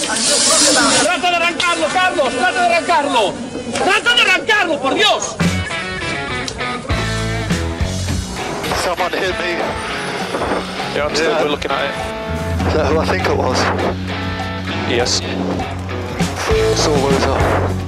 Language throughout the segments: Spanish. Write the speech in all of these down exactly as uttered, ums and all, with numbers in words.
¡Trata de arrancarlo, Carlos! ¡Trata de arrancarlo! ¡Trata de arrancarlo, por Dios! Someone hit me. Yeah, I'm still Yeah. we're looking at it. Is that who I think it was? Yes. Saw loser.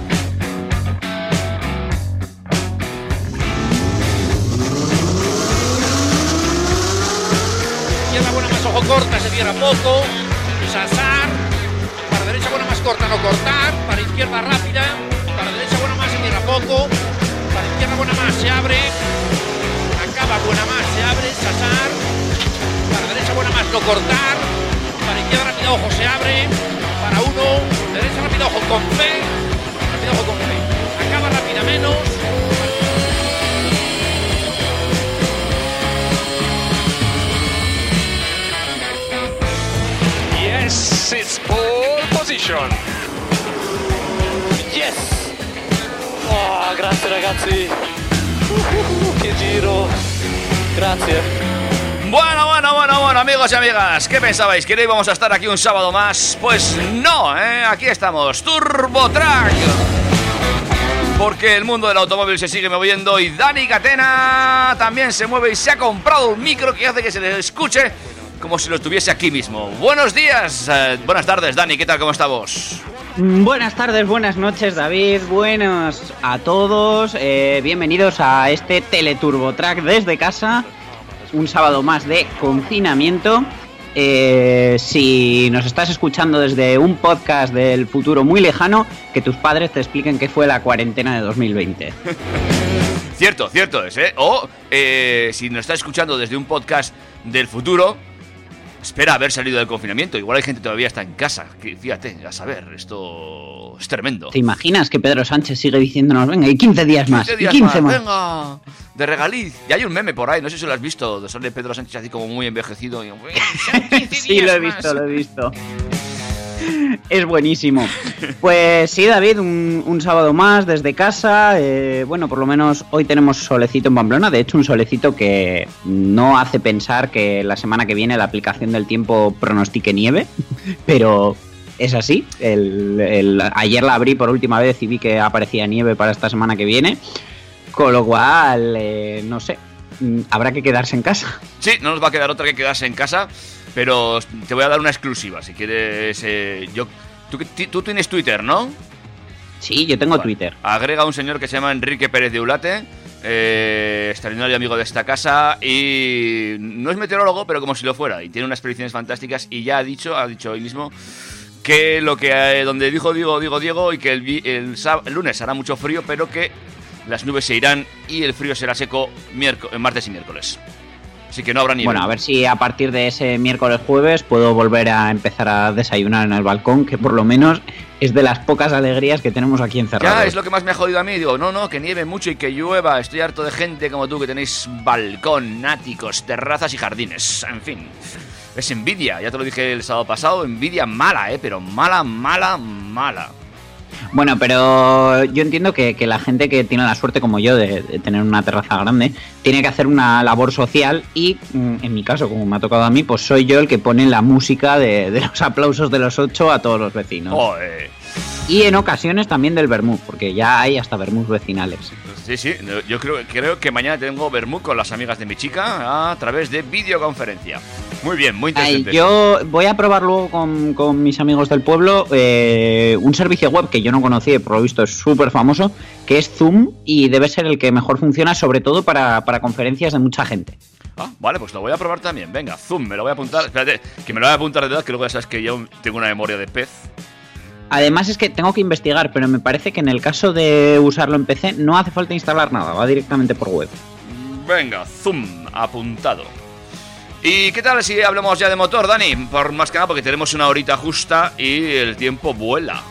Izquierda buena más ojo corta, se cierra poco. Sasar. Para derecha buena más corta, no cortar. Para izquierda rápida. Para derecha buena más, se cierra poco. Para izquierda buena más, se abre. Acaba buena más, se abre. Sasar. Para derecha buena más, no cortar. Para izquierda rápida, ojo, se abre. Para uno. Derecha rápida, ojo, con fe. Rápida, ojo, con fe. Acaba rápida menos. Yes, it's pole position. Yes! Oh, grazie ragazzi. Uh, che giro. Grazie. Bueno, bueno, bueno, bueno, amigos y amigas, ¿qué pensabais? ¿Que no íbamos a estar aquí un sábado más? Pues no, ¿eh? Aquí estamos, TurboTrack. Porque el mundo del automóvil se sigue moviendo y Dani Catena también se mueve y se ha comprado un micro que hace que se le escuche como si lo estuviese aquí mismo. Buenos días, eh, buenas tardes, Dani, ¿qué tal? ¿Cómo estamos? Buenas tardes, buenas noches, David, buenas a todos, eh, bienvenidos a este TeleTurboTrack desde casa, un sábado más de confinamiento. Eh, si nos estás escuchando desde un podcast del futuro muy lejano, que tus padres te expliquen qué fue la cuarentena de dos mil veinte. Cierto, cierto es, ¿eh? O eh, si nos estás escuchando desde un podcast del futuro, espera haber salido del confinamiento. Igual hay gente que todavía está en casa. Fíjate, a saber, esto es tremendo. ¿Te imaginas que Pedro Sánchez sigue diciéndonos, venga, y quince días más, quince días y quince más, más, venga, de regaliz? Y hay un meme por ahí, no sé si lo has visto, de sale Pedro Sánchez así como muy envejecido. Y, sí, lo he visto, lo he visto. Es buenísimo. Pues sí, David, un, un sábado más desde casa. eh, Bueno, por lo menos hoy tenemos solecito en Pamplona. De hecho, un solecito que no hace pensar que la semana que viene la aplicación del tiempo pronostique nieve. Pero es así. el, el, Ayer la abrí por última vez y vi que aparecía nieve para esta semana que viene. Con lo cual, eh, no sé, habrá que quedarse en casa. Sí, no nos va a quedar otra que quedarse en casa. Pero te voy a dar una exclusiva, si quieres. Eh, yo, tú, tú tienes Twitter, ¿no? Sí, yo tengo vale. Twitter. Agrega a un señor que se llama Enrique Pérez de Ulate, eh, extraordinario amigo de esta casa, y no es meteorólogo, pero como si lo fuera, y tiene unas predicciones fantásticas, y ya ha dicho, ha dicho hoy mismo, que lo que eh, donde dijo Diego, Diego, Diego, y que el, el, el lunes hará mucho frío, pero que las nubes se irán y el frío será seco miércoles, martes y miércoles. Así que no habrá nieve. Bueno, a ver si a partir de ese miércoles jueves puedo volver a empezar a desayunar en el balcón, que por lo menos es de las pocas alegrías que tenemos aquí encerrados. Ya, es lo que más me ha jodido a mí. Digo, no, no, que nieve mucho y que llueva. Estoy harto de gente como tú que tenéis balcón, áticos, terrazas y jardines. En fin, es envidia. Ya te lo dije el sábado pasado. Envidia mala, ¿eh? Pero mala, mala, mala. Bueno, pero yo entiendo que, que la gente que tiene la suerte como yo de, de tener una terraza grande tiene que hacer una labor social y, en mi caso, como me ha tocado a mí, pues soy yo el que pone la música de, de los aplausos de los ocho a todos los vecinos. Oh, eh. Y en ocasiones también del vermut, porque ya hay hasta vermut vecinales. Sí, sí, yo creo, creo que mañana tengo vermut con las amigas de mi chica a través de videoconferencia. Muy bien, muy interesante. Ay, yo voy a probar luego con, con mis amigos del pueblo eh, un servicio web que yo no conocía y por lo visto es súper famoso, que es Zoom, y debe ser el que mejor funciona, sobre todo para, para conferencias de mucha gente. Ah, vale, pues lo voy a probar también. Venga, Zoom, me lo voy a apuntar. Espérate, que me lo voy a apuntar de verdad, que luego ya sabes que yo tengo una memoria de pez. Además es que tengo que investigar, pero me parece que en el caso de usarlo en P C no hace falta instalar nada, va directamente por web. Venga, Zoom, apuntado. ¿Y qué tal si hablamos ya de motor, Dani? Por más que nada porque tenemos una horita justa y el tiempo vuela.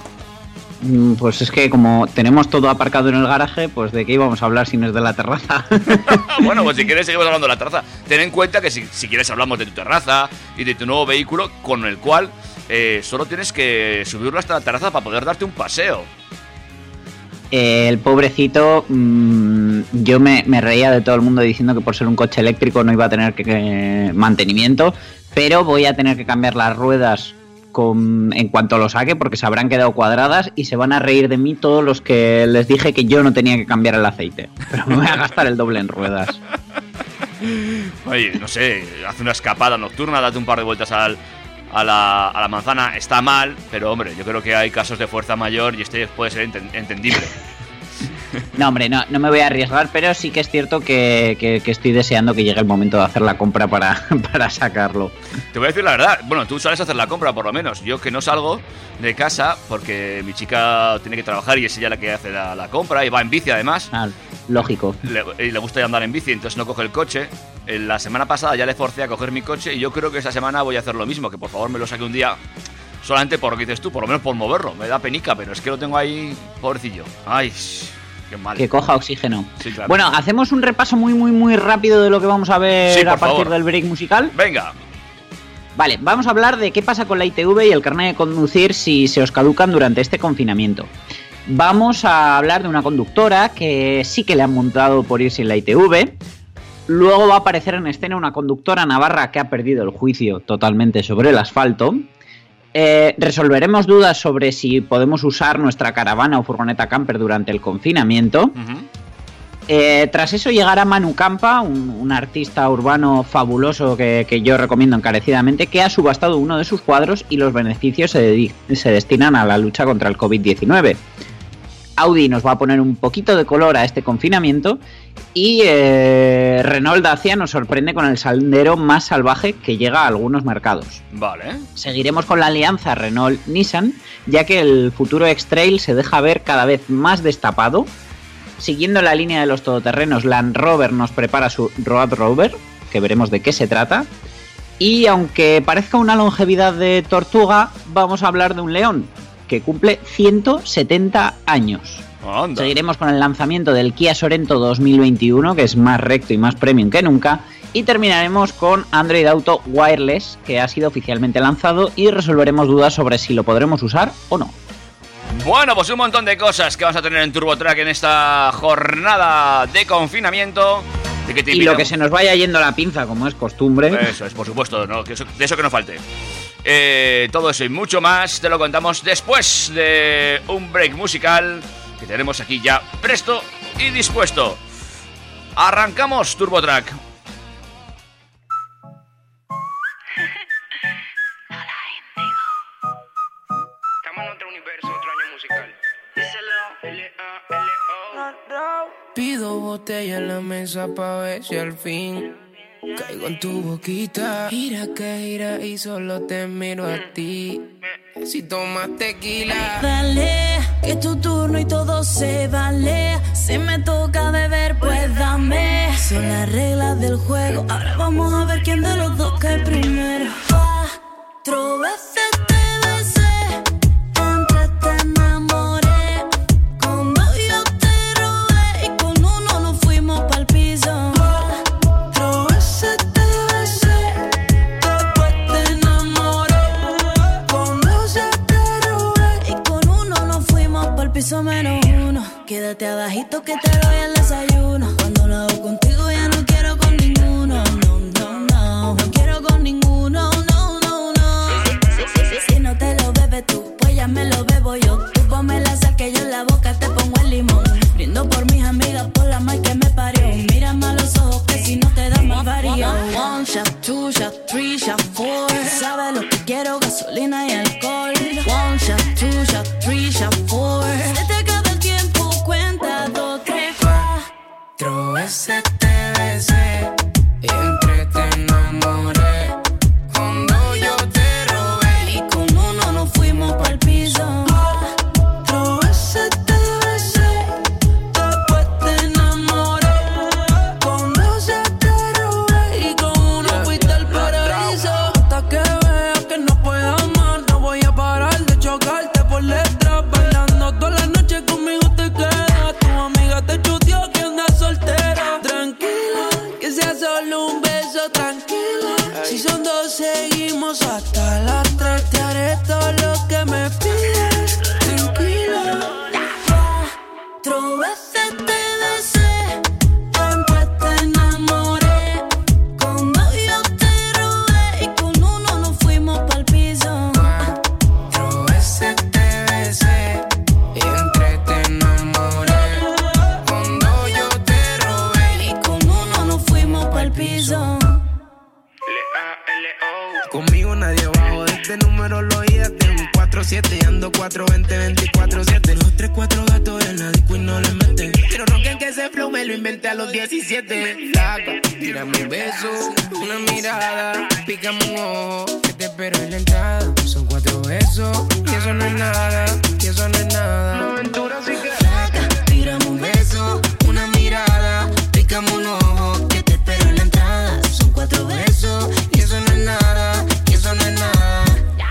Pues es que como tenemos todo aparcado en el garaje, pues de qué íbamos a hablar si no es de la terraza. Bueno, pues si quieres seguimos hablando de la terraza. Ten en cuenta que si, si quieres hablamos de tu terraza y de tu nuevo vehículo, con el cual eh, solo tienes que subirlo hasta la terraza para poder darte un paseo. Eh, el pobrecito, mmm, yo me, me reía de todo el mundo diciendo que por ser un coche eléctrico no iba a tener que, que mantenimiento, pero voy a tener que cambiar las ruedas con, en cuanto lo saque, porque se habrán quedado cuadradas y se van a reír de mí todos los que les dije que yo no tenía que cambiar el aceite. Pero me voy a gastar el doble en ruedas. Oye, no sé, hace una escapada nocturna, date un par de vueltas al, a, la, a la manzana. Está mal, pero hombre, yo creo que hay casos de fuerza mayor y este puede ser enten, entendible. No, hombre, no, no me voy a arriesgar, pero sí que es cierto que, que, que estoy deseando que llegue el momento de hacer la compra para, para sacarlo. Te voy a decir la verdad, bueno, tú sales a hacer la compra por lo menos. Yo que no salgo de casa porque mi chica tiene que trabajar y es ella la que hace la, la compra y va en bici además. Ah, lógico. Le, y le gusta andar en bici, entonces no coge el coche. La semana pasada ya le forcé a coger mi coche y yo creo que esta semana voy a hacer lo mismo, que por favor me lo saque un día solamente por lo que dices tú, por lo menos por moverlo. Me da penica, pero es que lo tengo ahí, pobrecillo. Ay, qué mal. Que coja oxígeno. Sí, claro. Bueno, hacemos un repaso muy, muy, muy rápido de lo que vamos a ver sí, a partir favor. del break musical. Venga. Vale, vamos a hablar de qué pasa con la I T V y el carnet de conducir si se os caducan durante este confinamiento. Vamos a hablar de una conductora que sí que le han montado por ir sin la I T V. Luego va a aparecer en escena una conductora navarra que ha perdido el juicio totalmente sobre el asfalto. Eh, resolveremos dudas sobre si podemos usar nuestra caravana o furgoneta camper durante el confinamiento. Uh-huh. Eh, tras eso llegará Manu Campa, un, un artista urbano fabuloso que, que yo recomiendo encarecidamente, que ha subastado uno de sus cuadros y los beneficios se, dedi- se destinan a la lucha contra el covid diecinueve. Audi nos va a poner un poquito de color a este confinamiento y eh, Renault Dacia nos sorprende con el Sandero más salvaje que llega a algunos mercados. Vale. Seguiremos con la alianza Renault-Nissan, ya que el futuro X-Trail se deja ver cada vez más destapado. Siguiendo la línea de los todoterrenos, Land Rover nos prepara su Road Rover, que veremos de qué se trata. Y aunque parezca una longevidad de tortuga, vamos a hablar de un león, que cumple ciento setenta años. Anda. Seguiremos con el lanzamiento del Kia Sorento dos mil veintiuno, que es más recto y más premium que nunca. Y terminaremos con Android Auto Wireless, que ha sido oficialmente lanzado, y resolveremos dudas sobre si lo podremos usar o no. Bueno, pues un montón de cosas que vas a tener en TurboTrack en esta jornada de confinamiento. De que te y lo que se nos vaya yendo la pinza, como es costumbre. Eso es, por supuesto, no, que eso, de eso que no falte. Eh, todo eso y mucho más te lo contamos después de un break musical que tenemos aquí ya presto y dispuesto. Arrancamos TurboTrack. Pido botella en la mesa pa' ver si al fin caigo en tu boquita. Gira que gira y solo te miro a ti. Si tomas tequila, dale, que es tu turno y todo se vale. Si me toca beber, pues dame. Son las reglas del juego. Ahora vamos a ver quién de los dos cae primero. Cuatro veces te besé, antes te enamoré. Con dos yo te robé y con uno nos fuimos pa'l piso. Cuatro veces te besé, después te enamoré. Con dos yo te robé y con uno nos fuimos pa'l piso menos uno. Quédate abajito que te doy el desayuno. Cuando lo hago contigo ya no quiero con ninguno. No, no, no, no quiero con ninguno. No, no, no. Si, si, si, si, si no te lo bebes tú, pues ya me lo bebo yo. Tú ponme la sal que yo en la boca te pongo el limón. Brindo por mis amigas, por la mal que me parió. Mírame a los ojos que si no te da más varío. One shot, two shot, three shot, four. Sabes lo que quiero, gasolina y alcohol. One shot, two shot, three shot, four. Se te acaba el tiempo, cuenta dos, tres, cuatro veces te solo ida, tengo un cuatro siete y ando cuatro veinte, veinticuatro siete. Los tres, cuatro gatos en la disco y no le meten. Quiero rocken que ese flow me lo inventé a los diecisiete. Flaca, tírame un beso, una mirada, pícame un ojo, que te espero en la entrada. Son cuatro besos, y eso no es nada, y eso no es nada. Una aventura así que flaca, tírame un beso, una mirada, pícame un ojo, que te espero en la entrada. Son cuatro besos, y eso no es nada, y eso no es nada.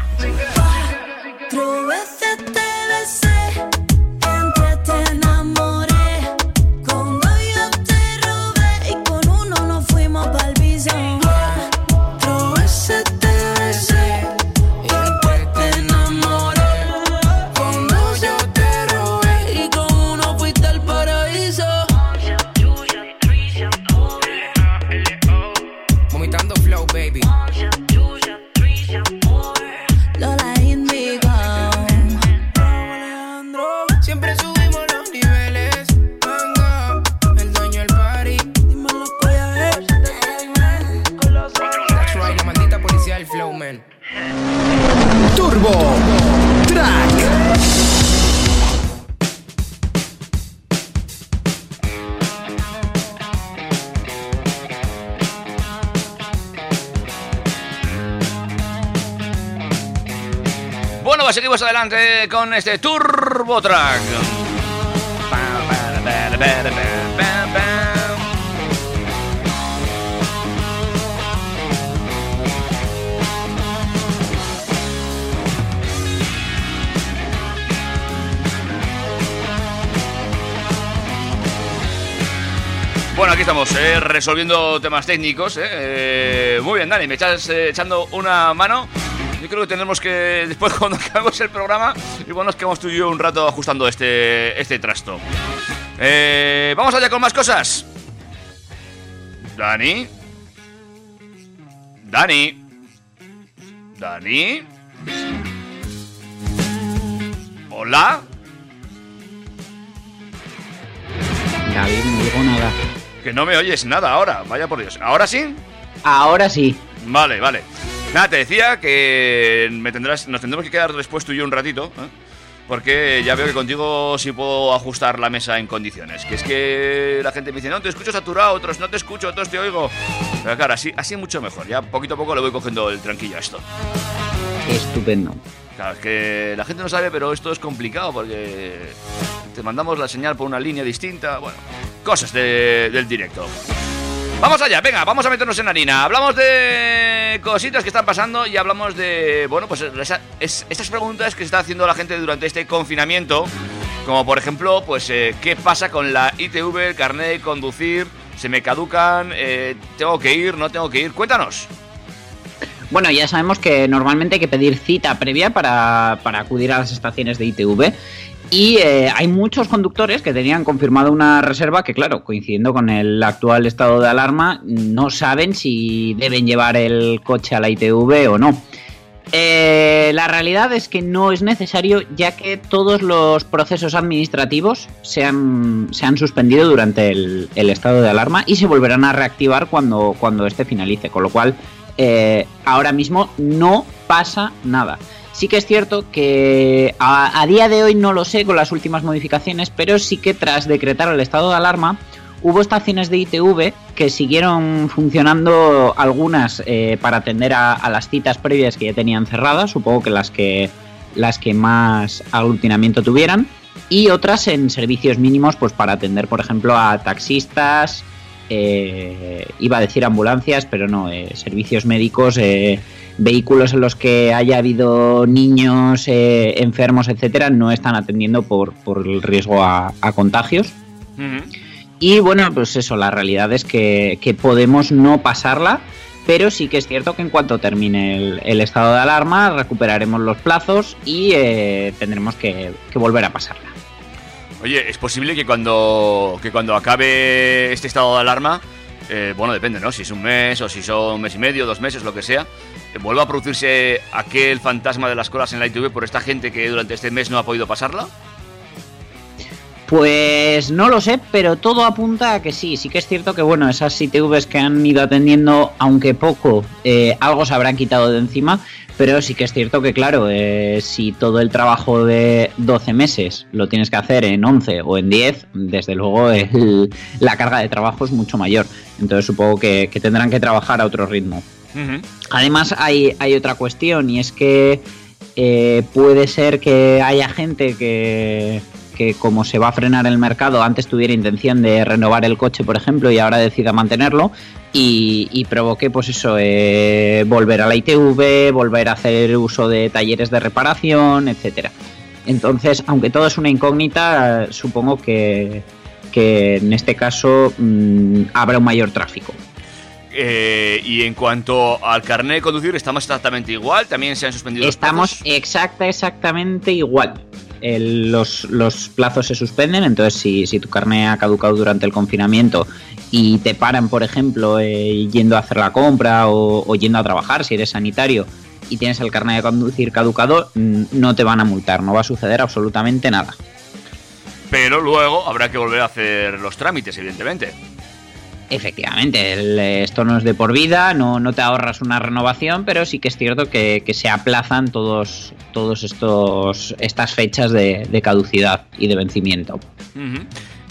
Cuatro veces te besé, entre te enamoré. Con dos yo te robé y con uno nos fuimos pa'l bison. Cuatro veces te besé y después te enamoré. Con dos yo te robé y con uno fuiste al paraíso. Vomitando flow, baby. Lola Indigo. Siempre subimos los niveles. Manga, el dueño del party. Dímelo, Coya, eh. That's right, la maldita policía del flow, man. Turbo Track. Bueno, pues seguimos adelante con este Turbo Track. Bueno, aquí estamos, eh, resolviendo temas técnicos. Eh. Eh, muy bien, Dani, me estás eh, echando una mano. Yo creo que tendremos que, después cuando acabemos el programa, igual nos quedamos tú y yo un rato ajustando este, este trasto. Eh, Vamos allá con más cosas. Dani. Dani. Dani. Hola. David, no digo nada. Que no me oyes nada ahora, vaya por Dios. ¿Ahora sí? Ahora sí. Vale, vale. Nada, te decía que me tendrás, nos tendremos que quedar después tú y yo un ratito, ¿eh? Porque ya veo que contigo sí puedo ajustar la mesa en condiciones. Que es que la gente me dice, no, te escucho saturado, otros no te escucho, otros te oigo. Pero claro, así, así mucho mejor. Ya poquito a poco le voy cogiendo el tranquillo a esto. Estupendo. Claro, es que la gente no sabe, pero esto es complicado porque te mandamos la señal por una línea distinta. Bueno, cosas de, del directo. Vamos allá, venga, vamos a meternos en harina. Hablamos de cositas que están pasando y hablamos de, bueno, pues esa, es, estas preguntas que se está haciendo la gente durante este confinamiento. Como por ejemplo, pues, eh, ¿qué pasa con la I T V, el carnet de conducir? ¿Se me caducan? Eh, ¿Tengo que ir? ¿No tengo que ir? Cuéntanos. Bueno, ya sabemos que normalmente hay que pedir cita previa para, para acudir a las estaciones de I T V. Y eh, hay muchos conductores que tenían confirmado una reserva que, claro, coincidiendo con el actual estado de alarma, no saben si deben llevar el coche a la I T V o no. Eh, la realidad es que no es necesario, ya que todos los procesos administrativos se han, se han suspendido durante el, el estado de alarma y se volverán a reactivar cuando, cuando este finalice, con lo cual eh, ahora mismo no pasa nada. Sí que es cierto que a, a día de hoy no lo sé con las últimas modificaciones, pero sí que tras decretar el estado de alarma hubo estaciones de I T V que siguieron funcionando, algunas eh, para atender a, a las citas previas que ya tenían cerradas, supongo que las que las que más aglutinamiento tuvieran, y otras en servicios mínimos, pues para atender, por ejemplo, a taxistas, eh, iba a decir ambulancias, pero no, eh, servicios médicos, eh, vehículos en los que haya habido niños eh, enfermos, etcétera, no están atendiendo por, por el riesgo a, a contagios. Uh-huh. Y bueno, pues eso, la realidad es que, que podemos no pasarla, pero sí que es cierto que en cuanto termine el, el estado de alarma recuperaremos los plazos y eh, tendremos que, que volver a pasarla. Oye, ¿es posible que cuando, que cuando acabe este estado de alarma, eh, bueno, depende, ¿no? Si es un mes o si son un mes y medio, dos meses, lo que sea, ¿vuelva a producirse aquel fantasma de las colas en la I T V por esta gente que durante este mes no ha podido pasarla? Pues no lo sé, pero todo apunta a que sí. Sí que es cierto que, bueno, esas I T Vs que han ido atendiendo, aunque poco, eh, algo se habrán quitado de encima, pero sí que es cierto que, claro, eh, si todo el trabajo de doce meses lo tienes que hacer en once o en diez, desde luego el, la carga de trabajo es mucho mayor. Entonces supongo que, que tendrán que trabajar a otro ritmo. Uh-huh. Además hay, hay otra cuestión, y es que eh, puede ser que haya gente que... que como se va a frenar el mercado, antes tuviera intención de renovar el coche, por ejemplo, y ahora decida mantenerlo, y, y provoque, pues eso, eh, volver a la I T V, volver a hacer uso de talleres de reparación, etcétera. Entonces, aunque todo es una incógnita, supongo que, que en este caso mmm, habrá un mayor tráfico. Eh, y en cuanto al carnet de conducir, ¿estamos exactamente igual? ¿También se han suspendido los plazos? Estamos exacta, exactamente igual. El, los, los plazos se suspenden, entonces si, si tu carnet ha caducado durante el confinamiento y te paran, por ejemplo, eh, yendo a hacer la compra o, o yendo a trabajar, si eres sanitario y tienes el carnet de conducir caducado, no te van a multar, no va a suceder absolutamente nada. Pero luego habrá que volver a hacer los trámites, evidentemente. Efectivamente, el, esto no es de por vida, no, no te ahorras una renovación, pero sí que es cierto que, que se aplazan todos, todos estos estas fechas de, de caducidad y de vencimiento. Uh-huh.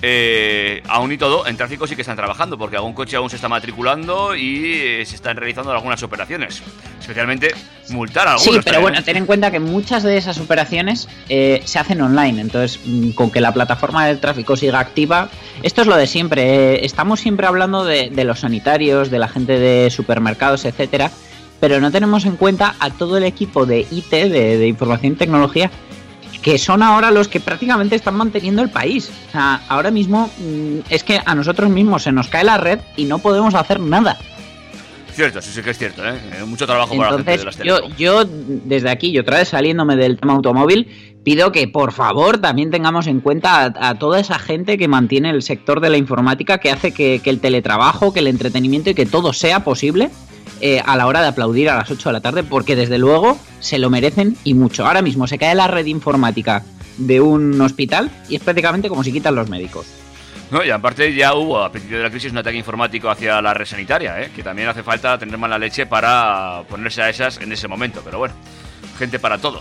Eh, aún y todo, en tráfico sí que están trabajando, porque algún coche aún se está matriculando y eh, se están realizando algunas operaciones, especialmente multar a algunos. Sí, pero también. Bueno, ten en cuenta que muchas de esas operaciones eh, se hacen online, entonces con que la plataforma del tráfico siga activa, esto es lo de siempre, eh, estamos siempre hablando de, de los sanitarios, de la gente de supermercados, etcétera, pero no tenemos en cuenta a todo el equipo de I T, de, de información y tecnología, que son ahora los que prácticamente están manteniendo el país. O sea, ahora mismo mmm, es que a nosotros mismos se nos cae la red y no podemos hacer nada. Cierto, sí, sí que es cierto, ¿eh? Mucho trabajo para la gente de las telecom. Yo, yo, desde aquí, y otra vez saliéndome del tema automóvil, pido que, por favor, también tengamos en cuenta a, a toda esa gente que mantiene el sector de la informática, que hace que, que el teletrabajo, que el entretenimiento y que todo sea posible eh, a la hora de aplaudir a las ocho de la tarde, porque desde luego se lo merecen y mucho. Ahora mismo se cae la red informática de un hospital y es prácticamente como si quitan los médicos. No, y aparte ya hubo a principio de la crisis un ataque informático hacia la red sanitaria, ¿eh? Que también hace falta tener mala leche para ponerse a esas en ese momento, pero bueno, gente para todo.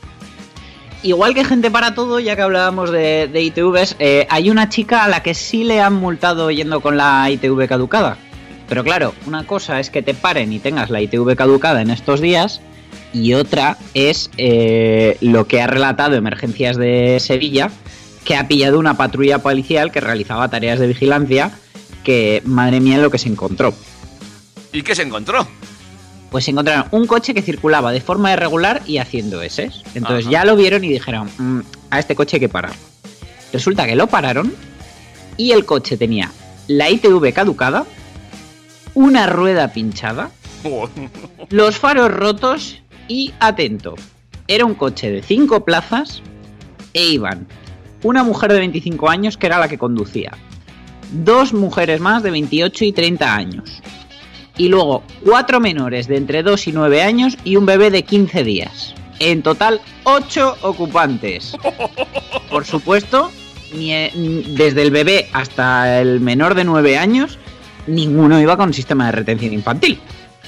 Igual que gente para todo, ya que hablábamos de, de I T Vs, eh, hay una chica a la que sí le han multado yendo con la I T V caducada. Pero claro, una cosa es que te paren y tengas la I T V caducada en estos días, y otra es eh, lo que ha relatado Emergencias de Sevilla, que ha pillado una patrulla policial que realizaba tareas de vigilancia, que madre mía lo que se encontró. ¿Y qué se encontró? Pues se encontraron un coche que circulaba de forma irregular y haciendo eses. Entonces Ajá. ya lo vieron y dijeron, mmm, a este coche hay que parar. Resulta que lo pararon y el coche tenía la I T V caducada, una rueda pinchada, oh. los faros rotos y, atento, era un coche de cinco plazas e iban una mujer de veinticinco años, que era la que conducía, dos mujeres más de veintiocho y treinta años, y luego cuatro menores de entre dos y nueve años y un bebé de quince días. En total, ocho ocupantes. Por supuesto, ni, desde el bebé hasta el menor de nueve años, ninguno iba con sistema de retención infantil.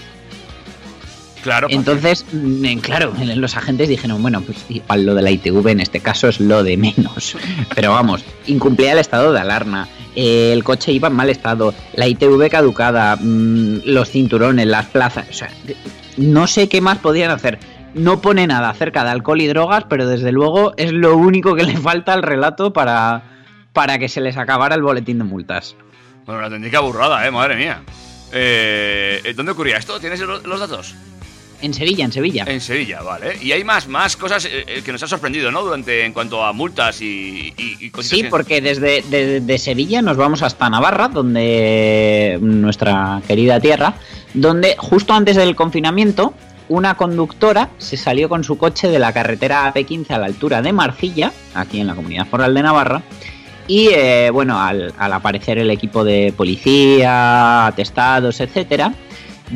Claro. Entonces, porque... claro, los agentes dijeron, bueno, pues igual lo de la I T V en este caso es lo de menos. Pero vamos, incumplía el estado de alarma, eh, el coche iba en mal estado, la I T V caducada, mmm, los cinturones, las plazas, o sea, no sé qué más podían hacer. No pone nada acerca de alcohol y drogas, pero desde luego es lo único que le falta al relato para, para que se les acabara el boletín de multas. Bueno, una auténtica burrada, eh, madre mía. Eh, ¿Dónde ocurría esto? ¿Tienes los, los datos? En Sevilla, en Sevilla. En Sevilla, vale. Y hay más, más cosas eh, que nos han sorprendido, ¿no? Durante, en cuanto a multas y, y, y cosas. Sí, que... porque desde de, de Sevilla nos vamos hasta Navarra, donde nuestra querida tierra, donde justo antes del confinamiento, una conductora se salió con su coche de la carretera A P quince a la altura de Marcilla, aquí en la Comunidad Foral de Navarra, y eh, bueno, al, al aparecer el equipo de policía, atestados, etcétera,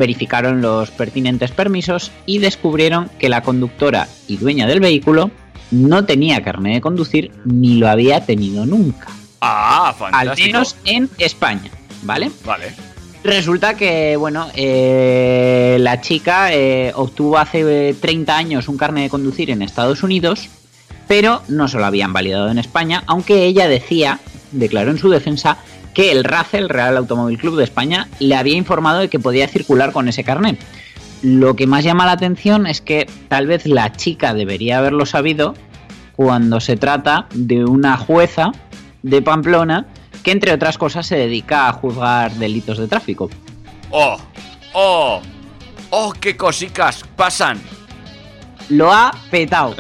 verificaron los pertinentes permisos y descubrieron que la conductora y dueña del vehículo no tenía carnet de conducir ni lo había tenido nunca. Ah, fantástico. Al menos en España, ¿vale? Vale. Resulta que, bueno, eh, la chica eh, obtuvo hace treinta años un carnet de conducir en Estados Unidos, pero no se lo habían validado en España, aunque ella decía, declaró en su defensa, que el R A C E, el Real Automóvil Club de España, le había informado de que podía circular con ese carnet. Lo que más llama la atención es que tal vez la chica debería haberlo sabido cuando se trata de una jueza de Pamplona que, entre otras cosas, se dedica a juzgar delitos de tráfico. ¡Oh! ¡Oh! ¡Oh, qué cosicas pasan! Lo ha petado.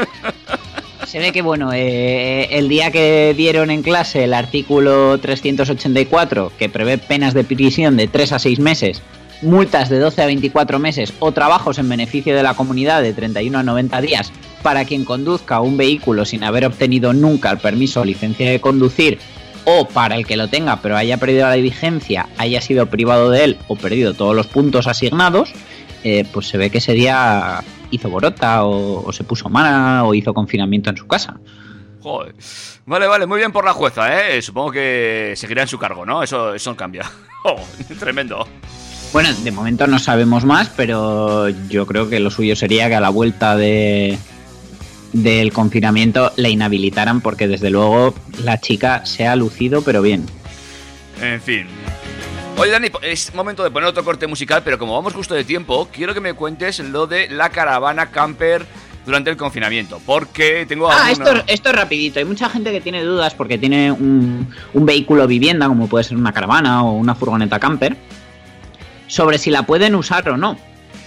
Se ve que, bueno, eh, el día que dieron en clase el artículo trescientos ochenta y cuatro, que prevé penas de prisión de tres a seis meses, multas de doce a veinticuatro meses o trabajos en beneficio de la comunidad de treinta y uno a noventa días para quien conduzca un vehículo sin haber obtenido nunca el permiso o licencia de conducir, o para el que lo tenga pero haya perdido la vigencia, haya sido privado de él o perdido todos los puntos asignados, eh, pues se ve que ese día hizo borota o, o se puso mala o hizo confinamiento en su casa. Joder. Vale, vale, muy bien por la jueza, ¿eh? Supongo que seguirá en su cargo, ¿no? Eso, eso no cambia. Oh, tremendo. Bueno, de momento no sabemos más, pero yo creo que lo suyo sería que a la vuelta de del confinamiento la inhabilitaran, porque desde luego la chica se ha lucido, pero bien. En fin. Oye, Dani, es momento de poner otro corte musical, pero como vamos justo de tiempo, quiero que me cuentes lo de la caravana camper durante el confinamiento, porque tengo Ah, alguna... esto, esto es rapidito. Hay mucha gente que tiene dudas porque tiene un, un vehículo vivienda, como puede ser una caravana o una furgoneta camper, sobre si la pueden usar o no.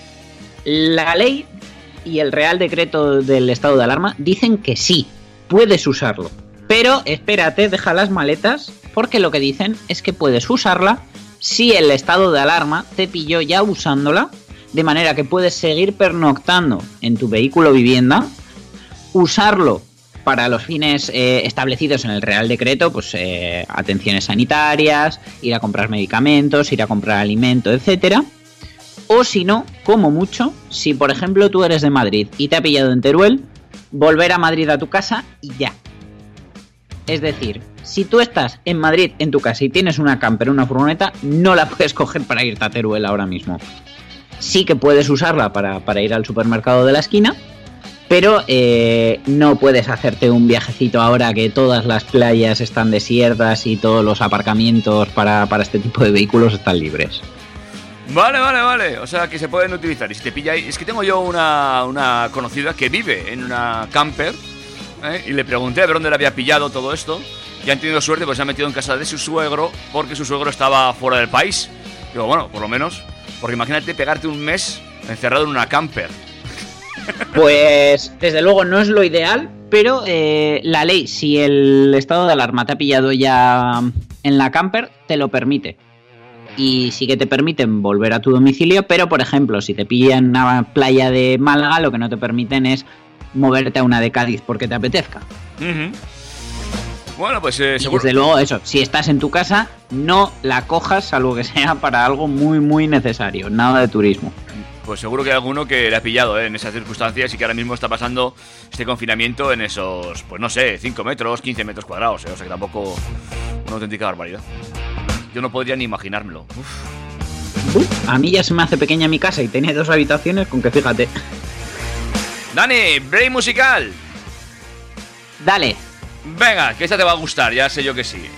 La ley y el Real Decreto del estado de alarma dicen que sí, puedes usarlo. Pero espérate, deja las maletas, porque lo que dicen es que puedes usarla si el estado de alarma te pilló ya usándola, de manera que puedes seguir pernoctando en tu vehículo vivienda, usarlo para los fines eh, establecidos en el Real Decreto, pues eh, atenciones sanitarias, ir a comprar medicamentos, ir a comprar alimento, etcétera. O si no, como mucho, si por ejemplo tú eres de Madrid y te ha pillado en Teruel, volver a Madrid a tu casa y ya. Es decir, si tú estás en Madrid en tu casa y tienes una camper o una furgoneta, no la puedes coger para irte a Teruel ahora mismo. Sí que puedes usarla para, para ir al supermercado de la esquina, pero eh, no puedes hacerte un viajecito ahora que todas las playas están desiertas y todos los aparcamientos para, para este tipo de vehículos están libres. Vale, vale, vale. O sea, que se pueden utilizar. Y si te pilla ahí... Es que tengo yo una, una conocida que vive en una camper, ¿eh? Y le pregunté a ver dónde le había pillado todo esto. Y han tenido suerte, pues se ha metido en casa de su suegro, porque su suegro estaba fuera del país. Digo, bueno, por lo menos... Porque imagínate pegarte un mes encerrado en una camper. Pues desde luego no es lo ideal, pero eh, la ley, si el estado de alarma te ha pillado ya en la camper, te lo permite. Y sí que te permiten volver a tu domicilio, pero por ejemplo, si te pillan en una playa de Málaga, lo que no te permiten es moverte a una de Cádiz porque te apetezca. Uh-huh. Bueno, pues eh, y seguro... desde luego eso, si estás en tu casa, no la cojas, salvo que sea para algo muy muy necesario, nada de turismo. Pues seguro que hay alguno que le ha pillado, ¿eh? En esas circunstancias y que ahora mismo está pasando este confinamiento en esos, pues no sé, cinco metros, quince metros cuadrados, ¿eh? O sea que tampoco una auténtica barbaridad. Yo no podría ni imaginármelo. Uf. Uf, a mí ya se me hace pequeña mi casa y tiene dos habitaciones, con que fíjate. Dani, break musical. Dale. Venga, que esta te va a gustar, ya sé yo que sí.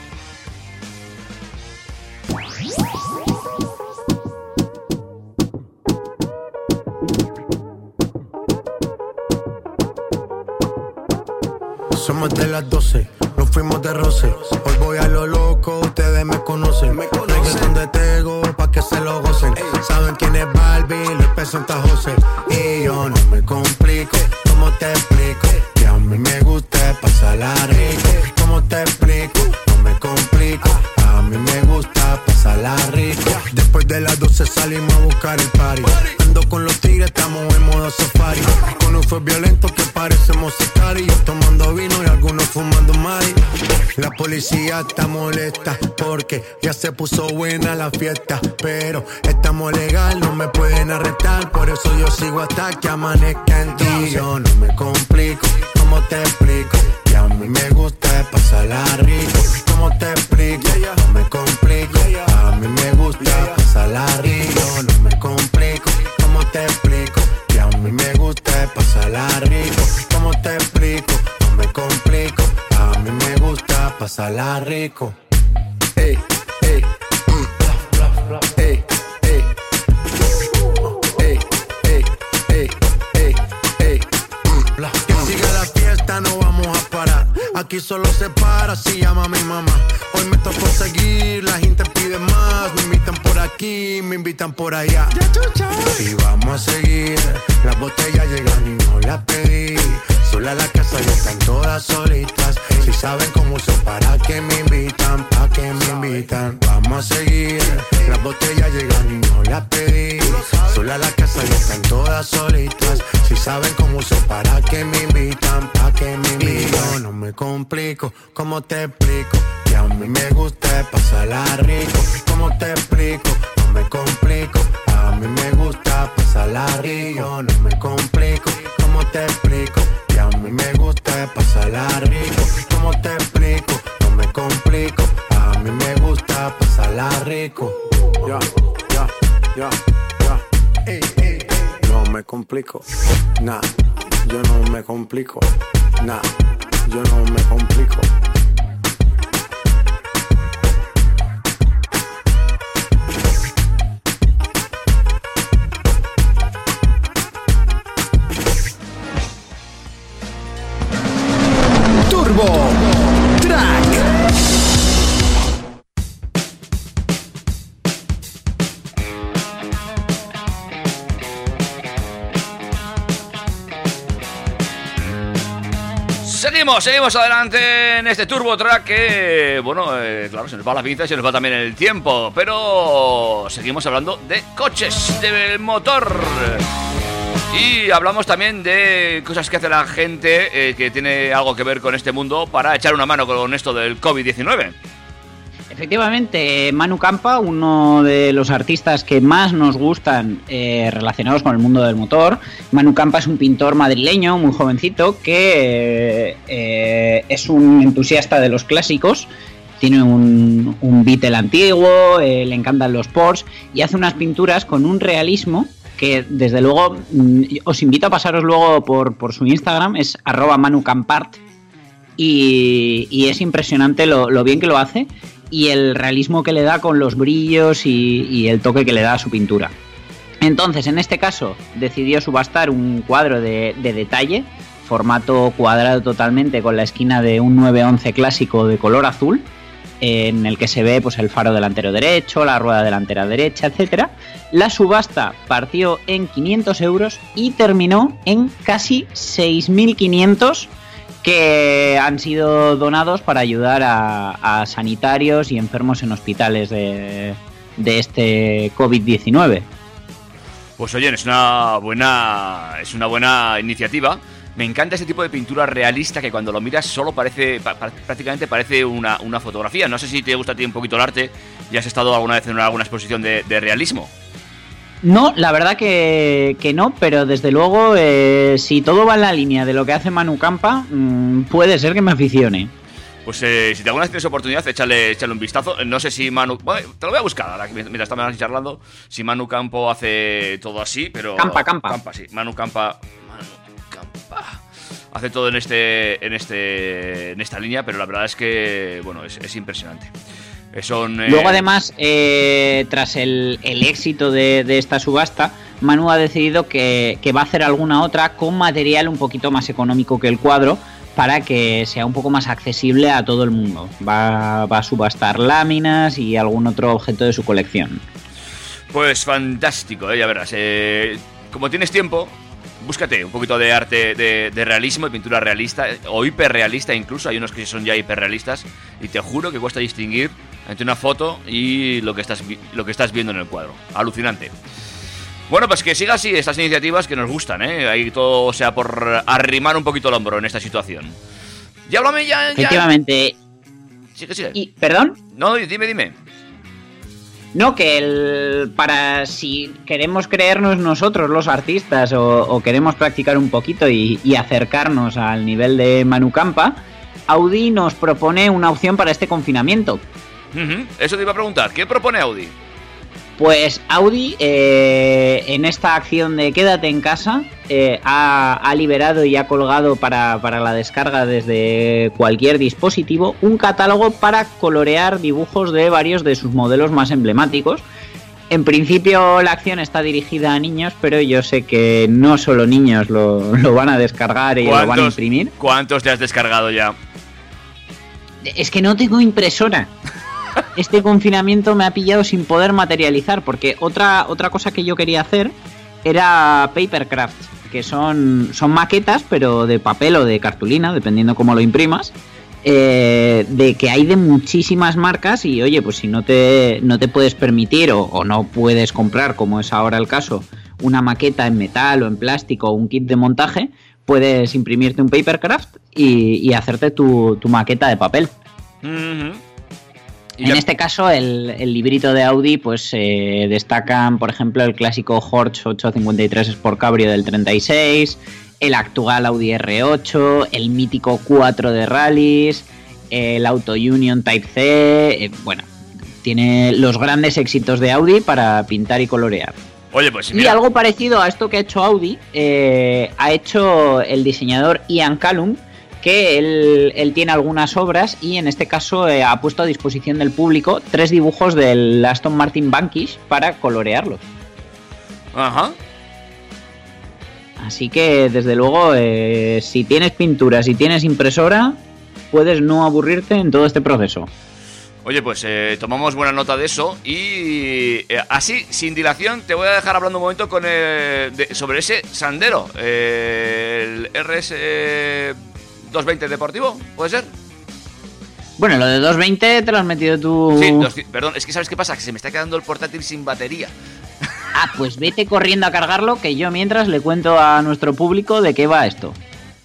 Somos de las doce, nos fuimos de roce. Hoy voy a lo loco, ustedes me conocen. Reggaeton de Tego, pa' que se lo gocen. Saben quién es Barbie, les presenta José. Y yo no me complico, ¿cómo te explico? Que a mí me gusta pasarla rico. ¿Cómo te explico? No me complico, a mí me gusta pasarla rico. Después de las doce salimos a buscar el party. Ando con los tigres, estamos en modo safari. Con un fue violento que parecemos sicarios, tomando vino y algunos fumando mari. La policía está molesta porque ya se puso buena la fiesta, pero estamos legal, no me pueden arrestar, por eso yo sigo hasta que amanezca en ti. Yo no me complico, ¿cómo pasarla rico. Ey, ey, mm, ey, ey, ey, ey, ey, ey, ey, mm. Que siga la fiesta, no vamos a parar. Aquí solo se para si llama a mi mamá. Hoy me tocó seguir, la gente pide más. Me invitan por aquí, me invitan por allá. Y vamos a seguir, las botellas llegan y no las pedí. Sola la casa ya están todas solitas. Si saben cómo son, para que me invitan, pa' que me invitan. Vamos a seguir, las botellas llegan y no las pedí. Sola la casa ya están todas solitas. Si saben cómo son, para que me invitan, pa' que me invitan. Y yo no me complico, ¿cómo te explico? Que a mí me gusta pasarla rico. ¿Cómo te explico? No me complico. A mí me gusta pasarla rico. No me complico, ¿cómo te explico? Que a mí me gusta pasarla rico. ¿Cómo te explico? No me complico. A mí me gusta pasarla rico. Ya, ya, ya, ya. Ey, ey, ey. No me complico. Nah, yo no me complico. Nah, yo no me complico. Turbo Track. Seguimos, seguimos adelante en este Turbo Track que, bueno, eh, claro, se nos va la pinza y se nos va también el tiempo, pero seguimos hablando de coches, del motor. Y hablamos también de cosas que hace la gente eh, que tiene algo que ver con este mundo para echar una mano con esto del covid diecinueve. Efectivamente, Manu Campa, uno de los artistas que más nos gustan eh, relacionados con el mundo del motor. Manu Campa es un pintor madrileño muy jovencito que eh, es un entusiasta de los clásicos. Tiene un, un Beetle antiguo, eh, le encantan los Porsche y hace unas pinturas con un realismo que desde luego os invito a pasaros luego por, por su Instagram, es arroba manucampart, y, y es impresionante lo, lo bien que lo hace y el realismo que le da con los brillos y, y el toque que le da a su pintura. Entonces, en este caso, decidió subastar un cuadro de, de detalle, formato cuadrado totalmente, con la esquina de un nueve once clásico de color azul, en el que se ve pues el faro delantero derecho, la rueda delantera derecha, etcétera. La subasta partió en quinientos euros y terminó en casi seis mil quinientos, que han sido donados para ayudar a, a sanitarios y enfermos en hospitales de, de este covid diecinueve. Pues oye, es una buena, es una buena iniciativa. Me encanta ese tipo de pintura realista que cuando lo miras solo parece, pa, prácticamente parece una, una fotografía. No sé si te gusta a ti un poquito el arte y has estado alguna vez en alguna exposición de, de realismo. No, la verdad que, que no, pero desde luego eh, si todo va en la línea de lo que hace Manu Campa, mmm, puede ser que me aficione. Pues eh, si alguna vez tienes oportunidad, échale, échale un vistazo. No sé si Manu... Bueno, te lo voy a buscar ahora, mientras estamos charlando. Si Manu Campo hace todo así, pero... Campa, Campa. Campa, sí. Manu Campa... Manu Campa... Hace todo en este, en este, en esta línea, pero la verdad es que, bueno, es, es impresionante. Son, eh... Luego además, eh, tras el, el éxito de, de esta subasta, Manu ha decidido que, que va a hacer alguna otra con material un poquito más económico que el cuadro, para que sea un poco más accesible a todo el mundo. Va, va a subastar láminas y algún otro objeto de su colección. Pues fantástico, ¿eh? Ya verás. Eh, como tienes tiempo, búscate un poquito de arte de, de realismo, de pintura realista o hiperrealista incluso. Hay unos que son ya hiperrealistas y te juro que cuesta distinguir entre una foto y lo que estás, lo que estás viendo en el cuadro. Alucinante. Bueno, pues que siga así estas iniciativas que nos gustan, ¿eh? Ahí todo sea por arrimar un poquito el hombro en esta situación. Ya háblame ya, ya. Efectivamente. Sigue, sigue. Y, ¿Perdón? No, dime, dime. No, que el, para si queremos creernos nosotros los artistas o, o queremos practicar un poquito y, y acercarnos al nivel de Manu Campa, Audi nos propone una opción para este confinamiento. Uh-huh. Eso te iba a preguntar, ¿qué propone Audi? Pues Audi, eh, en esta acción de quédate en casa, eh, ha, ha liberado y ha colgado para, para la descarga desde cualquier dispositivo un catálogo para colorear dibujos de varios de sus modelos más emblemáticos. En principio la acción está dirigida a niños, pero yo sé que no solo niños lo, lo van a descargar y lo van a imprimir. ¿Cuántos te has descargado ya? Es que no tengo impresora. Este confinamiento me ha pillado sin poder materializar, porque otra, otra cosa que yo quería hacer era papercraft, que son, son maquetas, pero de papel o de cartulina, dependiendo cómo lo imprimas, eh, de que hay de muchísimas marcas y, oye, pues si no te, no te puedes permitir o, o no puedes comprar, como es ahora el caso, una maqueta en metal o en plástico o un kit de montaje, puedes imprimirte un papercraft y, y hacerte tu, tu maqueta de papel. Uh-huh. En ya... este caso, el, el librito de Audi, pues eh, destacan, por ejemplo, el clásico Horch ochocientos cincuenta y tres Sport Cabrio del treinta y seis, el actual Audi R ocho, el mítico cuatro de rallies, el Auto Union Type C, eh, bueno, tiene los grandes éxitos de Audi para pintar y colorear. Oye, pues mira. Y algo parecido a esto que ha hecho Audi, eh, ha hecho el diseñador Ian Callum, que él, él tiene algunas obras y en este caso eh, ha puesto a disposición del público tres dibujos del Aston Martin Vanquish para colorearlos. Ajá. Así que desde luego, eh, si tienes pintura, si tienes impresora, puedes no aburrirte en todo este proceso. Oye, pues eh, tomamos buena nota de eso y eh, así, sin dilación, te voy a dejar hablando un momento con el, de, sobre ese Sandero, eh, el R S doscientos veinte Deportivo, ¿puede ser? Bueno, lo de doscientos veinte te lo has metido tú... Sí, dos, perdón, es que ¿sabes qué pasa? Que se me está quedando el portátil sin batería. Ah, pues vete corriendo a cargarlo, que yo mientras le cuento a nuestro público de qué va esto.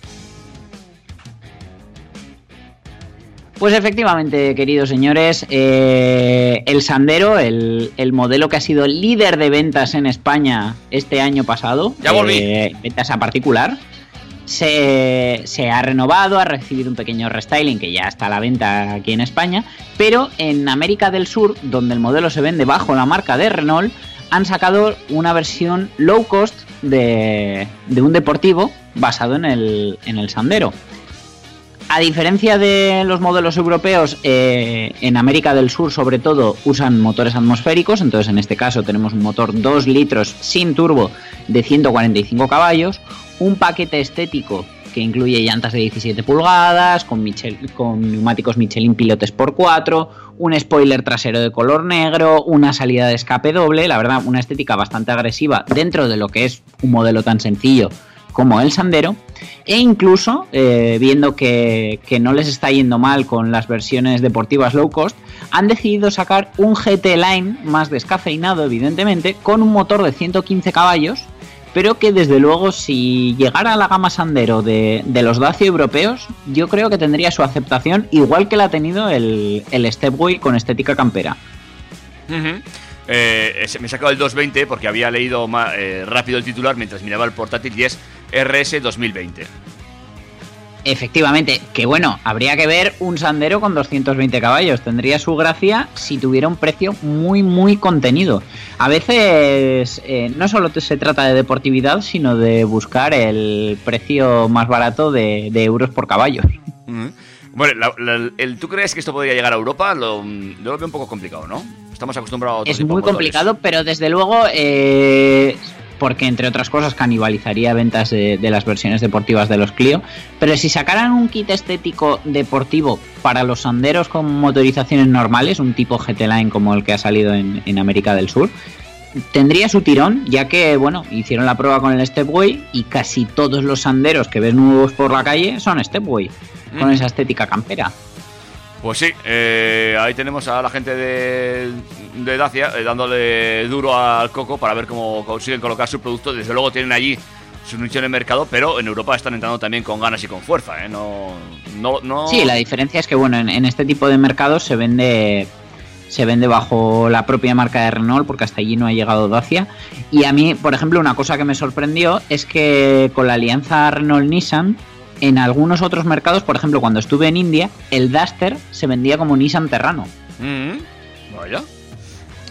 Pues efectivamente, queridos señores, eh, el Sandero, el, el modelo que ha sido líder de ventas en España este año pasado, ya volví. Eh, ventas a particular, se, se ha renovado, ha recibido un pequeño restyling que ya está a la venta aquí en España, pero en América del Sur, donde el modelo se vende bajo la marca de Renault, han sacado una versión low cost de, de un deportivo basado en el, en el Sandero. A diferencia de los modelos europeos, eh, en América del Sur sobre todo usan motores atmosféricos, entonces en este caso tenemos un motor dos litros sin turbo de ciento cuarenta y cinco caballos, un paquete estético que incluye llantas de diecisiete pulgadas, con, Michel, con neumáticos Michelin Pilot Sport cuatro, un spoiler trasero de color negro, una salida de escape doble, la verdad una estética bastante agresiva dentro de lo que es un modelo tan sencillo como el Sandero, e incluso eh, viendo que, que no les está yendo mal con las versiones deportivas low cost, han decidido sacar un G T Line más descafeinado, evidentemente, con un motor de ciento quince caballos, pero que desde luego si llegara a la gama Sandero de, de los Dacia europeos, yo creo que tendría su aceptación igual que la ha tenido el, el Stepway con estética campera. Uh-huh. Eh, me he sacado el doscientos veinte porque había leído más, eh, rápido el titular mientras miraba el portátil y es R S dos mil veinte. Efectivamente, que bueno, habría que ver un Sandero con doscientos veinte caballos. Tendría su gracia si tuviera un precio muy, muy contenido. A veces eh, no solo se trata de deportividad, sino de buscar el precio más barato de, de euros por caballos. Uh-huh. Bueno, la, la, el, ¿tú crees que esto podría llegar a Europa? Lo, yo lo veo un poco complicado, ¿no? Estamos acostumbrados a otro Es tipo muy de motores. complicado, pero desde luego... Eh, porque entre otras cosas canibalizaría ventas de, de las versiones deportivas de los Clio, pero si sacaran un kit estético deportivo para los Sanderos con motorizaciones normales, un tipo G T Line como el que ha salido en, en América del Sur, tendría su tirón, ya que bueno, hicieron la prueba con el Stepway y casi todos los Sanderos que ves nuevos por la calle son Stepway, mm. con esa estética campera. Pues sí, eh, ahí tenemos a la gente de, de Dacia eh, dándole duro al coco para ver cómo consiguen colocar su producto. Desde luego tienen allí su nicho en el mercado, pero en Europa están entrando también con ganas y con fuerza, ¿eh? No, no, no... Sí, la diferencia es que bueno, en, en este tipo de mercados se vende se vende bajo la propia marca de Renault, porque hasta allí no ha llegado Dacia. Y a mí, por ejemplo, una cosa que me sorprendió es que con la alianza Renault-Nissan, en algunos otros mercados, por ejemplo, cuando estuve en India, el Duster se vendía como Nissan Terrano. Mm-hmm. Vaya.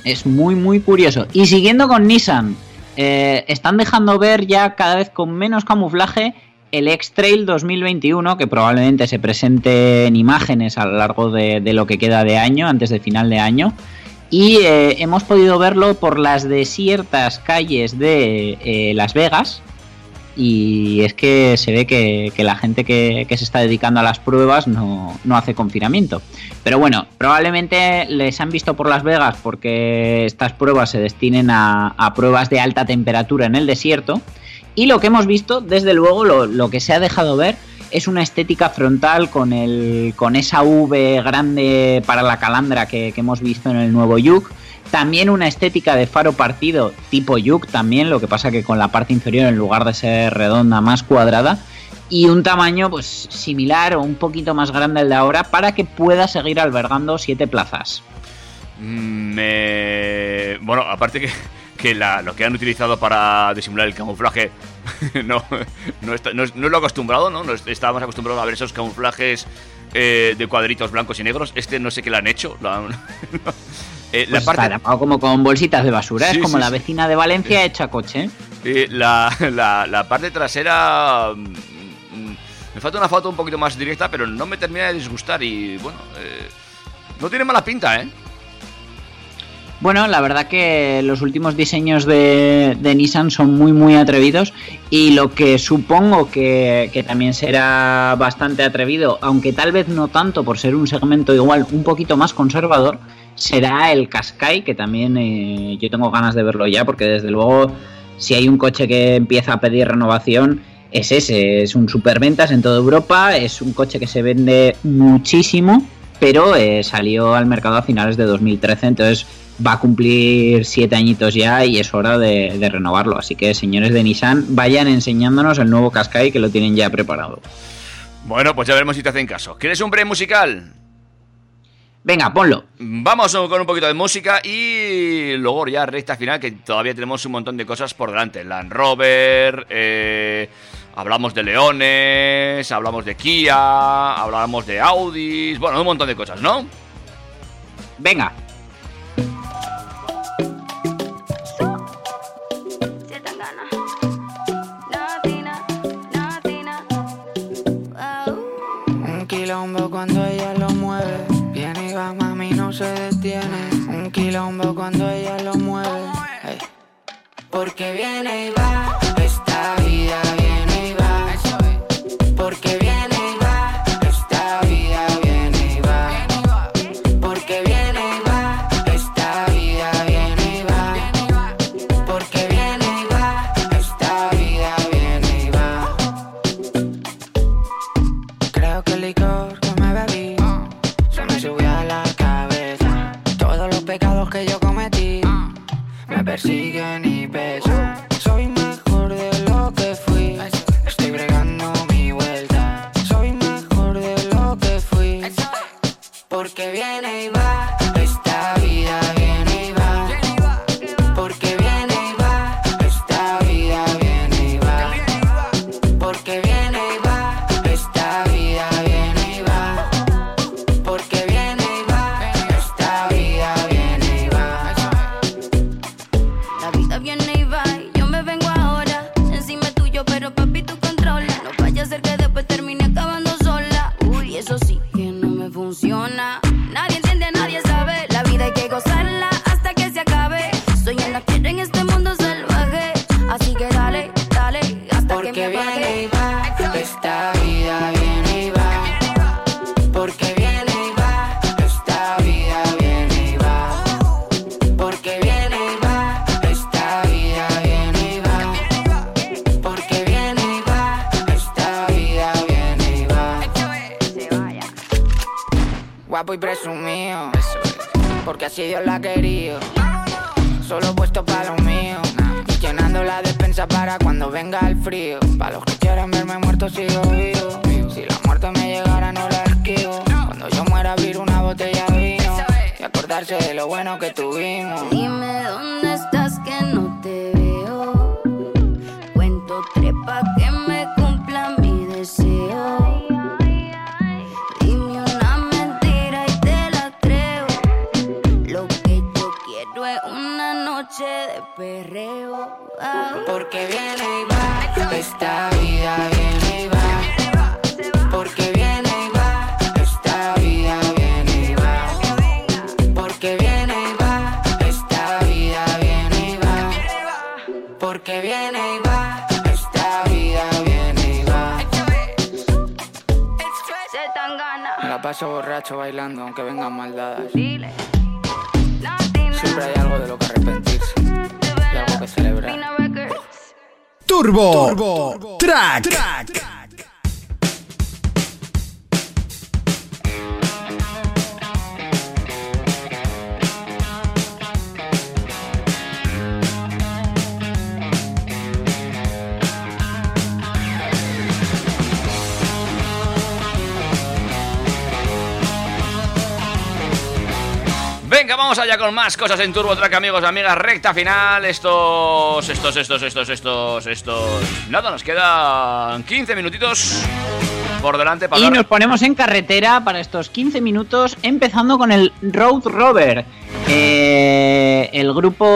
Es muy, muy curioso. Y siguiendo con Nissan, eh, están dejando ver ya cada vez con menos camuflaje el X-Trail dos mil veintiuno, que probablemente se presente en imágenes a lo largo de, de lo que queda de año, antes de final de año. Y eh, hemos podido verlo por las desiertas calles de eh, Las Vegas. Y es que se ve que, que la gente que, que se está dedicando a las pruebas no, no hace confinamiento. Pero bueno, probablemente les han visto por Las Vegas porque estas pruebas se destinen a, a pruebas de alta temperatura en el desierto. Y lo que hemos visto, desde luego, lo, lo que se ha dejado ver es una estética frontal con, el, con esa V grande para la calandra que, que hemos visto en el nuevo Juke. También una estética de faro partido tipo Juke también, lo que pasa que con la parte inferior en lugar de ser redonda más cuadrada, y un tamaño pues similar o un poquito más grande al de ahora para que pueda seguir albergando siete plazas. Me... Bueno, aparte que, que la, lo que han utilizado para disimular el camuflaje no, no, está, no, es, no es lo acostumbrado, ¿no? no es, estábamos acostumbrados a ver esos camuflajes eh, de cuadritos blancos y negros. Este no sé qué le han hecho. La, Eh, pues la parte... está tapado como con bolsitas de basura, sí, es como sí, la vecina sí. de Valencia hecha coche. Eh, la, la, la parte trasera mmm, me falta una foto un poquito más directa, pero no me termina de disgustar y bueno, eh, no tiene mala pinta, ¿eh? Bueno, la verdad que los últimos diseños de, de Nissan son muy muy atrevidos y lo que supongo que, que también será bastante atrevido, aunque tal vez no tanto por ser un segmento igual un poquito más conservador, será el Qashqai, que también eh, yo tengo ganas de verlo ya, porque desde luego si hay un coche que empieza a pedir renovación es ese, es un superventas en toda Europa, es un coche que se vende muchísimo, pero eh, salió al mercado a finales de dos mil trece, entonces va a cumplir siete añitos ya y es hora de, de renovarlo, así que señores de Nissan, vayan enseñándonos el nuevo Qashqai que lo tienen ya preparado. Bueno, pues ya veremos si te hacen caso. ¿Quieres un break musical? Venga, ponlo. Vamos con un poquito de música y luego ya recta final, que todavía tenemos un montón de cosas por delante. Land Rover, eh, hablamos de Leones, hablamos de Kia, hablamos de Audis, bueno, un montón de cosas, ¿no? Venga. Un quilombo cuando ella lo mueve. Viene y va, mami, no se detiene. Un quilombo cuando ella lo mueve. Hey. Porque viene y va, esta vida viene y va. Porque viene y va, esta vida viene y va. Porque viene y va, esta vida viene y va. Porque viene y va, esta vida viene y va. Creo que el licor que me bebí se me subió a la cabeza. Todos los pecados que yo cometí me persiguen y pesan. Soy mejor de lo que fui, estoy bregando mi vuelta. Soy mejor de lo que fui, porque viene y va, esta vida viene y va. Porque viene y va, esta vida viene y va. Porque viene y va, esta vida viene y va. Porque viene y va, esta vida viene y va. La vida viene y va y yo me vengo ahora encima tuyo, pero papi tú controla. No vaya a ser que después termine acabando sola. Uy, eso sí que no me funciona. Nadie entiende, nadie sabe. La vida hay que gozarla hasta que se acabe. Soy una fiera en este mundo salvaje, así que dale, dale hasta Porque que me viene apague. y va, esta vida viene y va. Porque viene y va, esta vida viene y va. Porque viene y va, esta vida viene y va. Porque viene y va, esta vida viene y va. Guapo y presumido, porque así Dios la ha querido. Solo puesto para lo mío, llenando la despensa para cuando venga el frío. Para los que quieran verme muerto sigo vivo. Si la muerte me llegara no la esquivo. Cuando yo muera abrir una botella de vino y acordarse de lo bueno que tuvimos. Dime dónde estás que no te veo. Cuento tres pa' que me cumpla mi deseo. Dime una mentira y te la creo. Lo que yo quiero es Me la paso borracho bailando aunque vengan maldadas. Dile. Siempre hay algo de lo que arrepentirse y algo que celebrar. Turbo, Turbo Track. Track. Venga, vamos allá con más cosas en Turbo Track, amigos, amigas, recta final. Estos, estos, estos, estos, estos, estos... Nada, nos quedan quince minutitos por delante para... Y nos ponemos en carretera para estos quince minutos, empezando con el Road Rover. Eh, el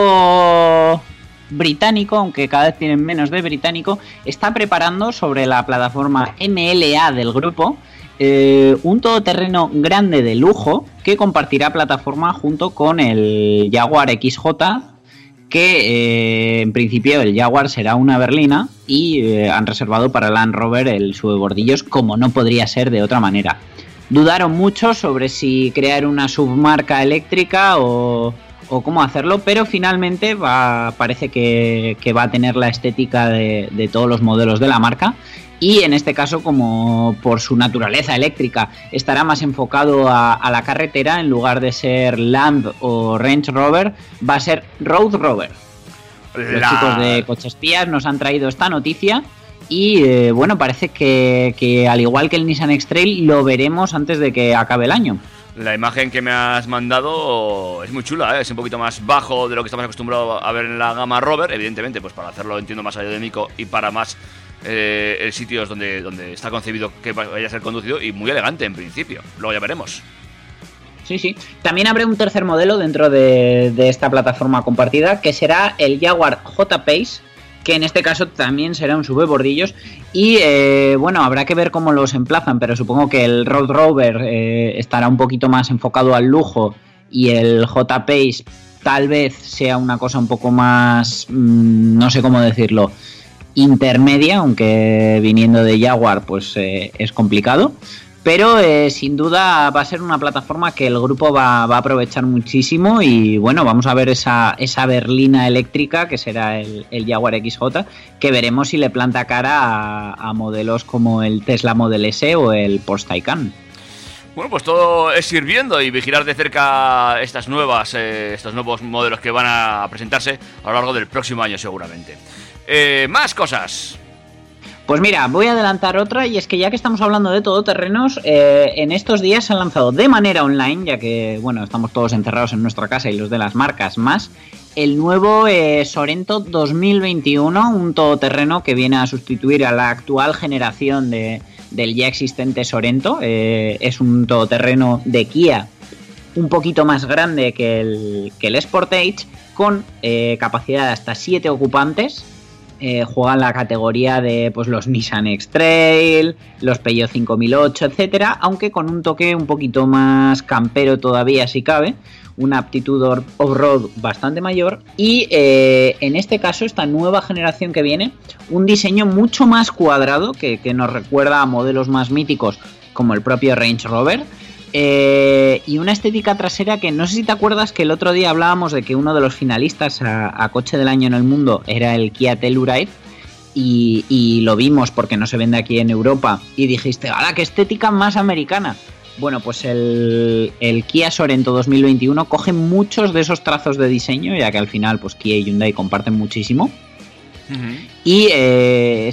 grupo británico, aunque cada vez tienen menos de británico, está preparando sobre la plataforma M L A del grupo Eh, un todoterreno grande de lujo que compartirá plataforma junto con el Jaguar X J, que eh, en principio el Jaguar será una berlina y eh, han reservado para Land Rover el subebordillos, como no podría ser de otra manera. Dudaron mucho sobre si crear una submarca eléctrica o, o cómo hacerlo, pero finalmente va, parece que, que va a tener la estética de, de todos los modelos de la marca. Y en este caso, como por su naturaleza eléctrica estará más enfocado a, a la carretera, en lugar de ser Lamb o Range Rover, va a ser Road Rover. La... Los chicos de Cochespías nos han traído esta noticia y eh, bueno, parece que, que al igual que el Nissan X-Trail lo veremos antes de que acabe el año. La imagen que me has mandado es muy chula, ¿eh? Es un poquito más bajo de lo que estamos acostumbrados a ver en la gama Rover, evidentemente, pues para hacerlo, entiendo, más aerodinámico y para más... Eh, el sitio es donde, donde está concebido que vaya a ser conducido, y muy elegante en principio. Luego ya veremos. Sí, sí. También habrá un tercer modelo dentro de, de esta plataforma compartida, que será el Jaguar J-Pace, que en este caso también será un subebordillos. Y eh, bueno, habrá que ver cómo los emplazan, pero supongo que el Road Rover eh, estará un poquito más enfocado al lujo y el J-Pace tal vez sea una cosa un poco más, mmm, no sé cómo decirlo, intermedia, aunque viniendo de Jaguar pues eh, es complicado, pero eh, sin duda va a ser una plataforma que el grupo va, va a aprovechar muchísimo. Y bueno, vamos a ver esa, esa berlina eléctrica que será el, el Jaguar X J, que veremos si le planta cara a, a modelos como el Tesla Model S o el Porsche Taycan. Bueno, pues todo es ir viendo y vigilar de cerca estas nuevas, eh, estos nuevos modelos que van a presentarse a lo largo del próximo año seguramente. Eh, más cosas. Pues mira, voy a adelantar otra, y es que ya que estamos hablando de todoterrenos, eh, en estos días se han lanzado de manera online, ya que bueno, estamos todos encerrados en nuestra casa y los de las marcas más, el nuevo eh, Sorento dos mil veintiuno, un todoterreno que viene a sustituir a la actual generación de, del ya existente Sorento. Eh, es un todoterreno de Kia un poquito más grande que el, que el Sportage, con eh, capacidad de hasta siete ocupantes. Eh, juegan la categoría de pues los Nissan X-Trail, los Peugeot cinco mil ocho, etcétera, aunque con un toque un poquito más campero todavía, si cabe, una aptitud off-road bastante mayor. Y eh, en este caso, esta nueva generación que viene, un diseño mucho más cuadrado, que, que nos recuerda a modelos más míticos como el propio Range Rover. Eh, y una estética trasera que no sé si te acuerdas que el otro día hablábamos de que uno de los finalistas a, a coche del año en el mundo era el Kia Telluride, y, y lo vimos porque no se vende aquí en Europa, y dijiste, ¡hala, qué estética más americana! Bueno, pues el, el Kia Sorento dos mil veintiuno coge muchos de esos trazos de diseño, ya que al final pues Kia y Hyundai comparten muchísimo. Uh-huh. Y eh,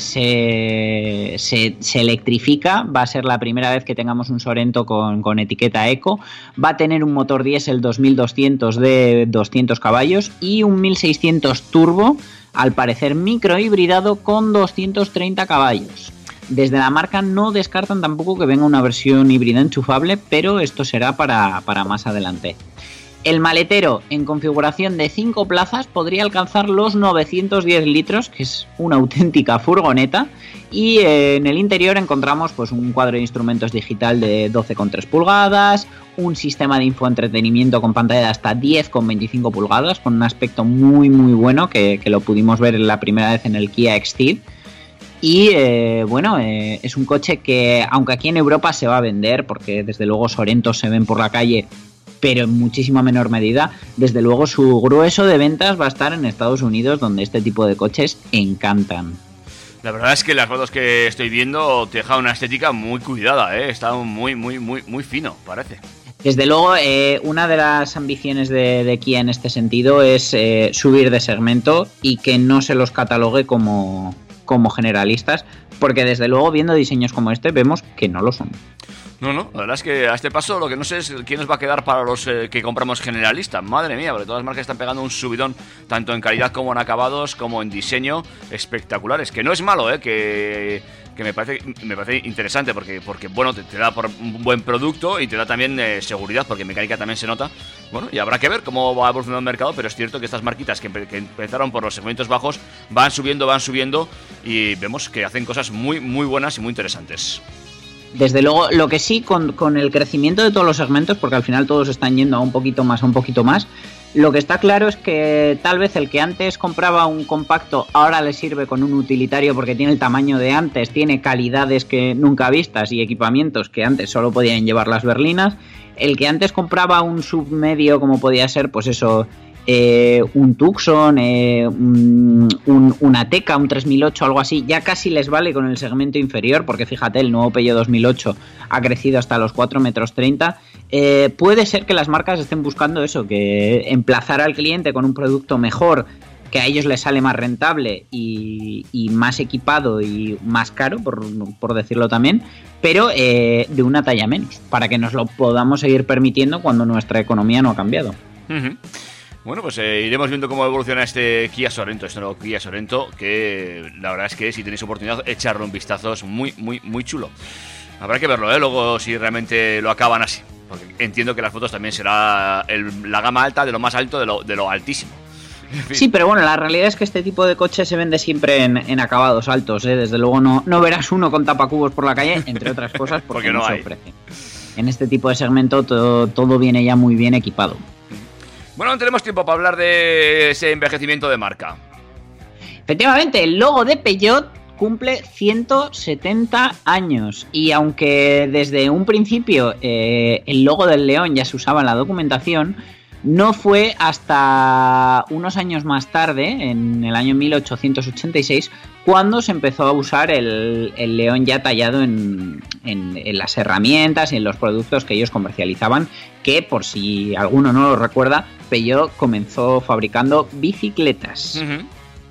se, se, se electrifica. Va a ser la primera vez que tengamos un Sorento con, con etiqueta eco. Va a tener un motor diésel dos mil doscientos de doscientos caballos y un mil seiscientos turbo, al parecer microhibridado, con doscientos treinta caballos. Desde la marca no descartan tampoco que venga una versión híbrida enchufable, pero esto será para, para más adelante. El maletero, en configuración de cinco plazas, podría alcanzar los novecientos diez litros, que es una auténtica furgoneta. Y eh, en el interior encontramos pues un cuadro de instrumentos digital de doce coma tres pulgadas, un sistema de infoentretenimiento con pantalla de hasta diez coma veinticinco pulgadas, con un aspecto muy muy bueno, que, que lo pudimos ver la primera vez en el Kia Xceed. Y eh, bueno, eh, es un coche que, aunque aquí en Europa se va a vender, porque desde luego Sorento se ven por la calle, pero en muchísima menor medida, desde luego su grueso de ventas va a estar en Estados Unidos, donde este tipo de coches encantan. La verdad es que las fotos que estoy viendo te deja una estética muy cuidada, ¿eh? Está muy, muy, muy, muy fino, parece. Desde luego, eh, una de las ambiciones de, de Kia en este sentido es eh, subir de segmento y que no se los catalogue como, como generalistas, porque desde luego, viendo diseños como este, vemos que no lo son. No, no, la verdad es que a este paso lo que no sé es quién nos va a quedar para los eh, que compramos generalistas. Madre mía, porque todas las marcas están pegando un subidón, tanto en calidad como en acabados, como en diseño, espectaculares. Que no es malo, eh, que, que me parece me parece interesante, porque, porque bueno, te, te da por un buen producto y te da también eh, seguridad, porque en mecánica también se nota. Bueno, y habrá que ver cómo va evolucionando el mercado, pero es cierto que estas marquitas que, que empezaron por los segmentos bajos van subiendo, van subiendo, y vemos que hacen cosas muy, muy buenas y muy interesantes. Desde luego, lo que sí, con, con el crecimiento de todos los segmentos, porque al final todos están yendo a un poquito más, a un poquito más, lo que está claro es que tal vez el que antes compraba un compacto ahora le sirve con un utilitario porque tiene el tamaño de antes, tiene calidades que nunca vistas y equipamientos que antes solo podían llevar las berlinas. El que antes compraba un submedio, como podía ser, pues eso, eh, un Tucson, eh, un, un, una Ateca, un tres mil ocho, algo así, ya casi les vale con el segmento inferior, porque fíjate, el nuevo Peugeot dos mil ocho ha crecido hasta los cuatro metros treinta. Eh, puede ser que las marcas estén buscando eso, que emplazar al cliente con un producto mejor, que a ellos les sale más rentable y, y más equipado y más caro, por, por decirlo también, pero eh, de una talla menos, para que nos lo podamos seguir permitiendo cuando nuestra economía no ha cambiado. Uh-huh. Bueno, pues eh, iremos viendo cómo evoluciona este Kia Sorento, este nuevo Kia Sorento, que la verdad es que si tenéis oportunidad, echarle un vistazo, es muy, muy, muy chulo. Habrá que verlo, ¿eh? Luego si realmente lo acaban así, porque entiendo que las fotos también será el, la gama alta de lo más alto de lo, de lo altísimo. Sí, pero bueno, la realidad es que este tipo de coche se vende siempre en, en acabados altos, ¿eh? Desde luego no, no verás uno con tapacubos por la calle, entre otras cosas, porque, porque no, no se ofrece. En este tipo de segmento todo, todo viene ya muy bien equipado. Bueno, no tenemos tiempo para hablar de ese envejecimiento de marca. Efectivamente, el logo de Peugeot cumple ciento setenta años y aunque desde un principio eh, el logo del león ya se usaba en la documentación, no fue hasta unos años más tarde, en el año mil ochocientos ochenta y seis, cuando se empezó a usar el, el león ya tallado en, en, en las herramientas y en los productos que ellos comercializaban, que por si alguno no lo recuerda, Peugeot comenzó fabricando bicicletas. Uh-huh.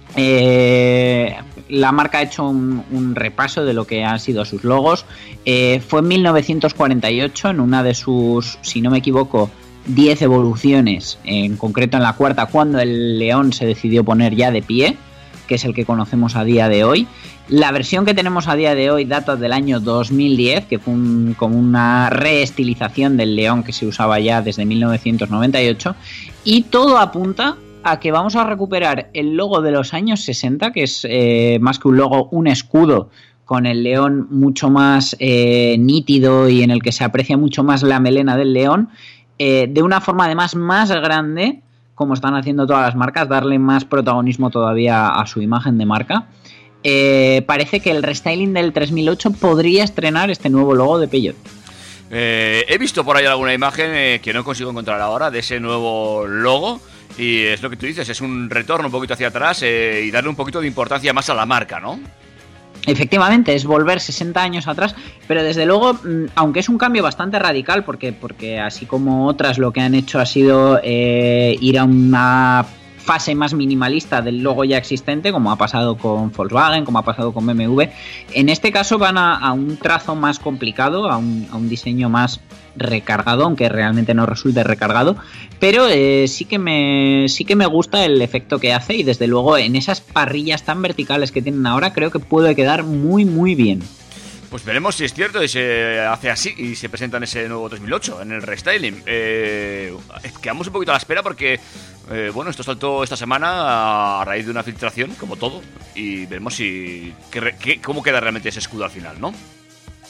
Eh, la marca ha hecho un, un repaso de lo que han sido sus logos. Eh, fue en mil novecientos cuarenta y ocho, en una de sus, si no me equivoco, diez evoluciones, en concreto en la cuarta, cuando el león se decidió poner ya de pie, que es el que conocemos a día de hoy. La versión que tenemos a día de hoy data del año dos mil diez, que fue un, como una reestilización del león que se usaba ya desde mil novecientos noventa y ocho, y todo apunta a que vamos a recuperar el logo de los años sesenta, que es eh, más que un logo, un escudo con el león mucho más eh, nítido y en el que se aprecia mucho más la melena del león, eh, de una forma además más grande, como están haciendo todas las marcas, darle más protagonismo todavía a su imagen de marca. Eh, parece que el restyling del tres mil ocho podría estrenar este nuevo logo de Peugeot. Eh, he visto por ahí alguna imagen eh, que no consigo encontrar ahora de ese nuevo logo. Y es lo que tú dices, es un retorno un poquito hacia atrás eh, y darle un poquito de importancia más a la marca, ¿no? Efectivamente, es volver sesenta años atrás, pero desde luego, aunque es un cambio bastante radical, porque, porque así como otras lo que han hecho ha sido eh, ir a una fase más minimalista del logo ya existente, como ha pasado con Volkswagen, como ha pasado con B M W, en este caso van a, a un trazo más complicado, a un, a un diseño más recargado, aunque realmente no resulte recargado, pero eh, sí que me sí que me gusta el efecto que hace y desde luego en esas parrillas tan verticales que tienen ahora creo que puede quedar muy muy bien. Pues veremos si es cierto y se hace así y se presenta en ese nuevo dos mil ocho, en el restyling. Eh, quedamos un poquito a la espera porque, eh, bueno, esto saltó esta semana a raíz de una filtración, como todo, y veremos si qué, qué, cómo queda realmente ese escudo al final, ¿no?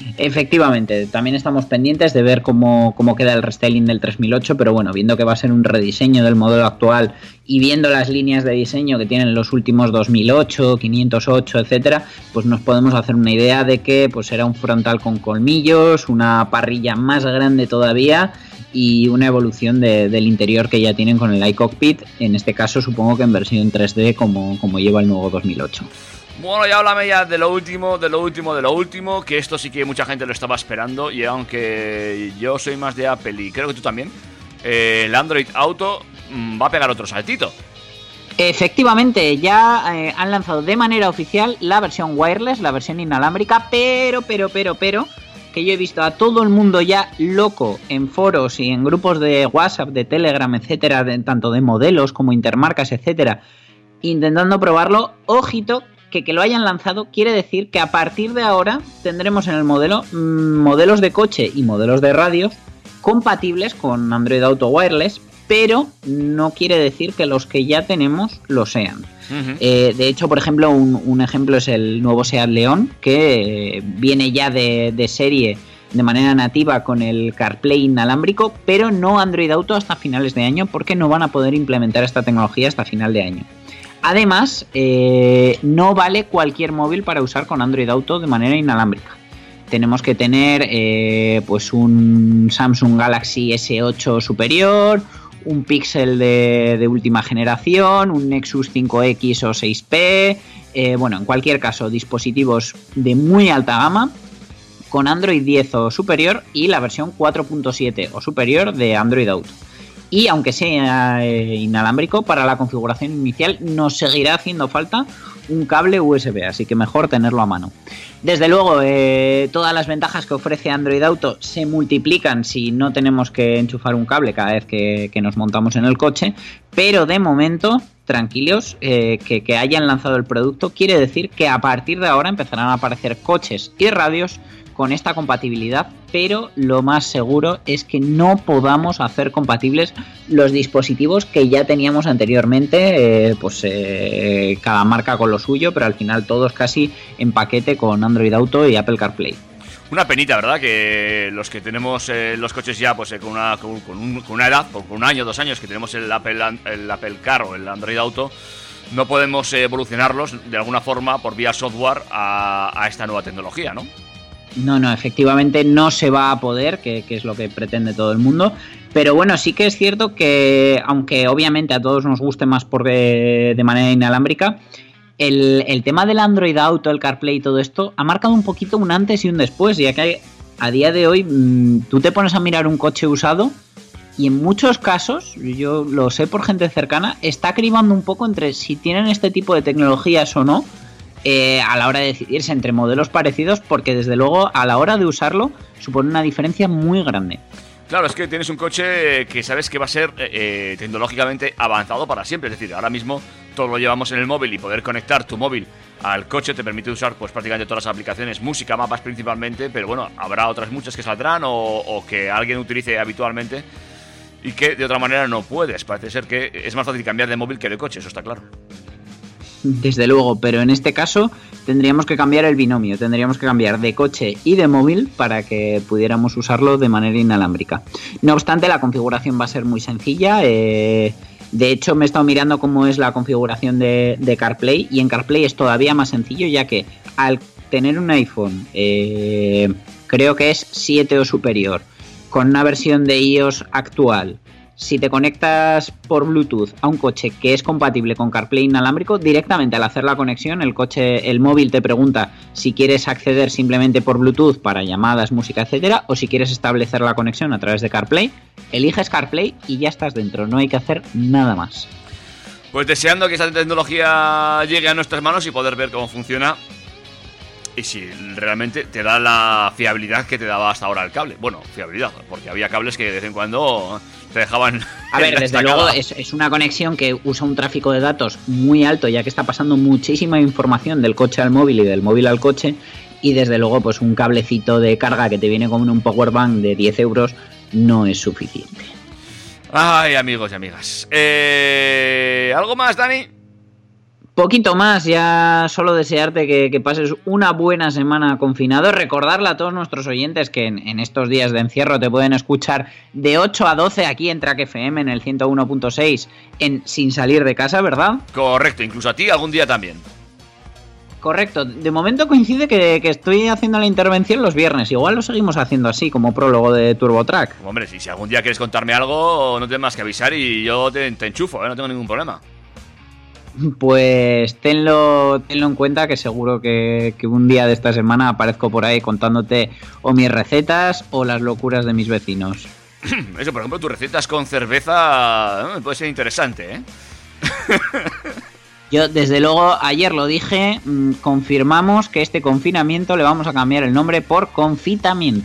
Efectivamente, también estamos pendientes de ver cómo, cómo queda el restyling del tres mil ocho, pero bueno, viendo que va a ser un rediseño del modelo actual y viendo las líneas de diseño que tienen los últimos dos mil ocho, quinientos ocho, etcétera, pues nos podemos hacer una idea de que pues será un frontal con colmillos, una parrilla más grande todavía y una evolución de, del interior que ya tienen con el iCockpit, en este caso supongo que en versión tres D como, como lleva el nuevo dos mil ocho. Bueno, ya háblame ya de lo último, de lo último, de lo último, que esto sí que mucha gente lo estaba esperando, y aunque yo soy más de Apple y creo que tú también, eh, el Android Auto mmm, va a pegar otro saltito. Efectivamente, ya eh, han lanzado de manera oficial la versión wireless, la versión inalámbrica, pero, pero, pero, pero, que yo he visto a todo el mundo ya loco en foros y en grupos de WhatsApp, de Telegram, etcétera, de, tanto de modelos como intermarcas, etcétera, intentando probarlo. Ojito, que que lo hayan lanzado quiere decir que a partir de ahora tendremos en el modelo mmm, modelos de coche y modelos de radio compatibles con Android Auto Wireless, pero no quiere decir que los que ya tenemos lo sean. Uh-huh. Eh, de hecho, por ejemplo, un, un ejemplo es el nuevo Seat León, que eh, viene ya de, de serie de manera nativa con el CarPlay inalámbrico, pero no Android Auto hasta finales de año, porque no van a poder implementar esta tecnología hasta final de año. Además, eh, no vale cualquier móvil para usar con Android Auto de manera inalámbrica. Tenemos que tener eh, pues un Samsung Galaxy ese ocho superior, un Pixel de, de última generación, un Nexus cinco equis o seis P, eh, bueno, en cualquier caso, dispositivos de muy alta gama con Android diez o superior y la versión cuatro punto siete o superior de Android Auto. Y aunque sea eh, inalámbrico, para la configuración inicial nos seguirá haciendo falta un cable U S B, así que mejor tenerlo a mano. Desde luego, eh, todas las ventajas que ofrece Android Auto se multiplican si no tenemos que enchufar un cable cada vez que, que nos montamos en el coche, pero de momento, tranquilos, eh, que, que hayan lanzado el producto quiere decir que a partir de ahora empezarán a aparecer coches y radios con esta compatibilidad, pero lo más seguro es que no podamos hacer compatibles los dispositivos que ya teníamos anteriormente, eh, pues eh, cada marca con lo suyo, pero al final todos casi en paquete con Android Auto y Apple CarPlay. Una penita, ¿verdad? Que los que tenemos eh, los coches ya pues eh, con, una, con, con, un, con una edad, con un año, dos años, que tenemos el Apple, el Apple Car o el Android Auto, no podemos eh, evolucionarlos de alguna forma por vía software a, a esta nueva tecnología, ¿no? No, no, efectivamente no se va a poder, que, que es lo que pretende todo el mundo. Pero bueno, sí que es cierto que, aunque obviamente a todos nos guste más por de, de manera inalámbrica, el, el tema del Android Auto, el CarPlay y todo esto ha marcado un poquito un antes y un después, ya que a día de hoy mmm, tú te pones a mirar un coche usado y en muchos casos, yo lo sé por gente cercana, está cribando un poco entre si tienen este tipo de tecnologías o no. Eh, a la hora de decidirse entre modelos parecidos, porque desde luego a la hora de usarlo supone una diferencia muy grande. Claro, es que tienes un coche que sabes que va a ser eh, tecnológicamente avanzado para siempre. Es decir, ahora mismo todo lo llevamos en el móvil y poder conectar tu móvil al coche te permite usar pues prácticamente todas las aplicaciones, música, mapas principalmente, pero bueno, habrá otras muchas que saldrán o, o que alguien utilice habitualmente y que de otra manera no puedes. Parece ser que es más fácil cambiar de móvil que de coche, eso está claro. Desde luego, pero en este caso tendríamos que cambiar el binomio, tendríamos que cambiar de coche y de móvil para que pudiéramos usarlo de manera inalámbrica. No obstante, la configuración va a ser muy sencilla. Eh, de hecho, me he estado mirando cómo es la configuración de, de CarPlay, y en CarPlay es todavía más sencillo, ya que al tener un iPhone, eh, creo que es siete o superior, con una versión de iOS actual, si te conectas por Bluetooth a un coche que es compatible con CarPlay inalámbrico, directamente al hacer la conexión, el coche, el móvil te pregunta si quieres acceder simplemente por Bluetooth para llamadas, música, etcétera, o si quieres establecer la conexión a través de CarPlay. Eliges CarPlay y ya estás dentro, no hay que hacer nada más. Pues deseando que esta tecnología llegue a nuestras manos y poder ver cómo funciona y si realmente te da la fiabilidad que te daba hasta ahora el cable. Bueno, fiabilidad, porque había cables que de vez en cuando te dejaban... A ver, desde luego es, es una conexión que usa un tráfico de datos muy alto, ya que está pasando muchísima información del coche al móvil y del móvil al coche, y desde luego pues un cablecito de carga que te viene con un powerbank de diez euros no es suficiente. Ay, amigos y amigas. Eh, ¿Algo más, Dani? Poquito más, ya solo desearte que, que pases una buena semana confinado. Recordarle a todos nuestros oyentes que en, en estos días de encierro te pueden escuchar de ocho a doce aquí en Track F M en el ciento uno punto seis en Sin Salir de Casa, ¿verdad? Correcto, incluso a ti algún día también. Correcto, de momento coincide que, que estoy haciendo la intervención los viernes. Igual lo seguimos haciendo así, como prólogo de Turbo Track. Hombre, si, si algún día quieres contarme algo, no tienes más que avisar y yo te, te enchufo, ¿eh? No tengo ningún problema. Pues tenlo, tenlo en cuenta que seguro que, que un día de esta semana aparezco por ahí contándote o mis recetas o las locuras de mis vecinos. Eso, por ejemplo, tus recetas con cerveza ¿eh? Puede ser interesante, ¿eh? Yo, desde luego, ayer lo dije, mmm, confirmamos que este confinamiento le vamos a cambiar el nombre por confitamiento.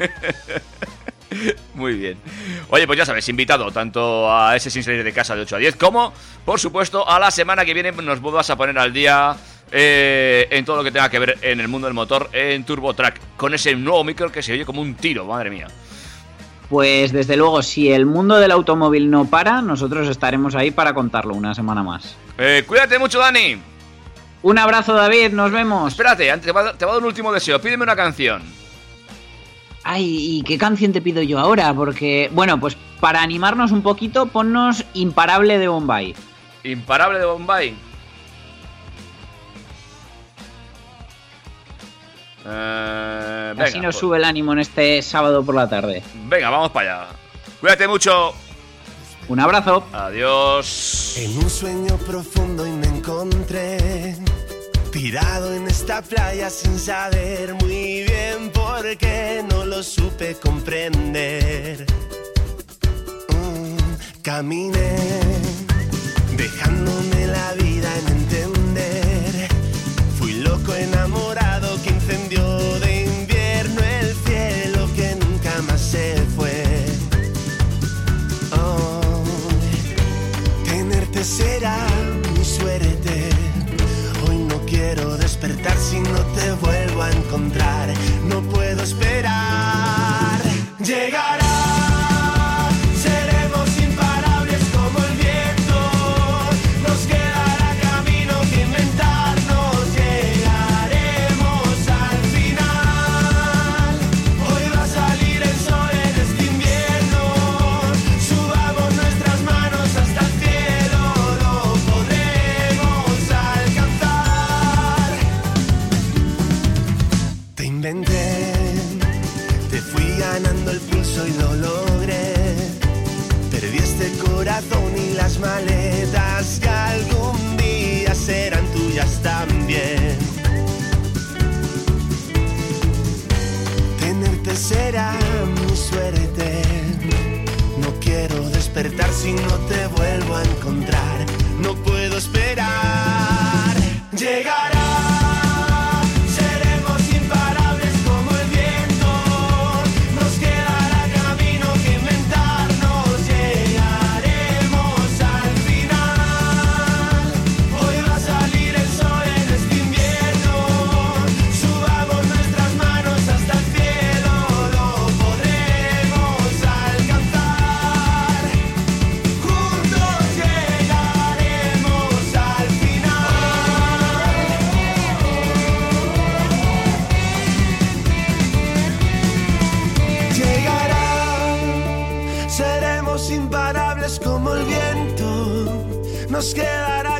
Muy bien. Oye, pues ya sabes, invitado tanto a ese Sin Salir de Casa de ocho a diez como, por supuesto, a la semana que viene nos vas a poner al día eh, en todo lo que tenga que ver en el mundo del motor en Turbo Track, con ese nuevo micro que se oye como un tiro, madre mía. Pues desde luego, si el mundo del automóvil no para, nosotros estaremos ahí para contarlo una semana más. Eh, cuídate mucho, Dani. Un abrazo, David, nos vemos. Espérate, antes te va, te va a dar un último deseo, pídeme una canción. Ay, ¿y qué canción te pido yo ahora? Porque, bueno, pues para animarnos un poquito, ponnos Imparable de Bombay. ¿Imparable de Bombay? Eh, venga, Así nos pues sube el ánimo en este sábado por la tarde. Venga, vamos para allá. Cuídate mucho. Un abrazo. Adiós. En un sueño profundo y me encontré tirado en esta playa sin saber muy bien por qué, no lo supe comprender. Mm, caminé dejándome la vida en entender. Fui loco enamorado que incendió de invierno el cielo que nunca más se fue. Oh, tenerte será mi suerte. Hoy no quiero despertar si no te vuelvo a encontrar. No puedo esperar. Llegará. Te fui ganando el pulso y lo logré. Perdí este corazón y las maletas que algún día serán tuyas también. Tenerte será mi suerte. No quiero despertar si no te vuelvo a encontrar. No puedo esperar. Llegará. Imparables como el viento, nos quedará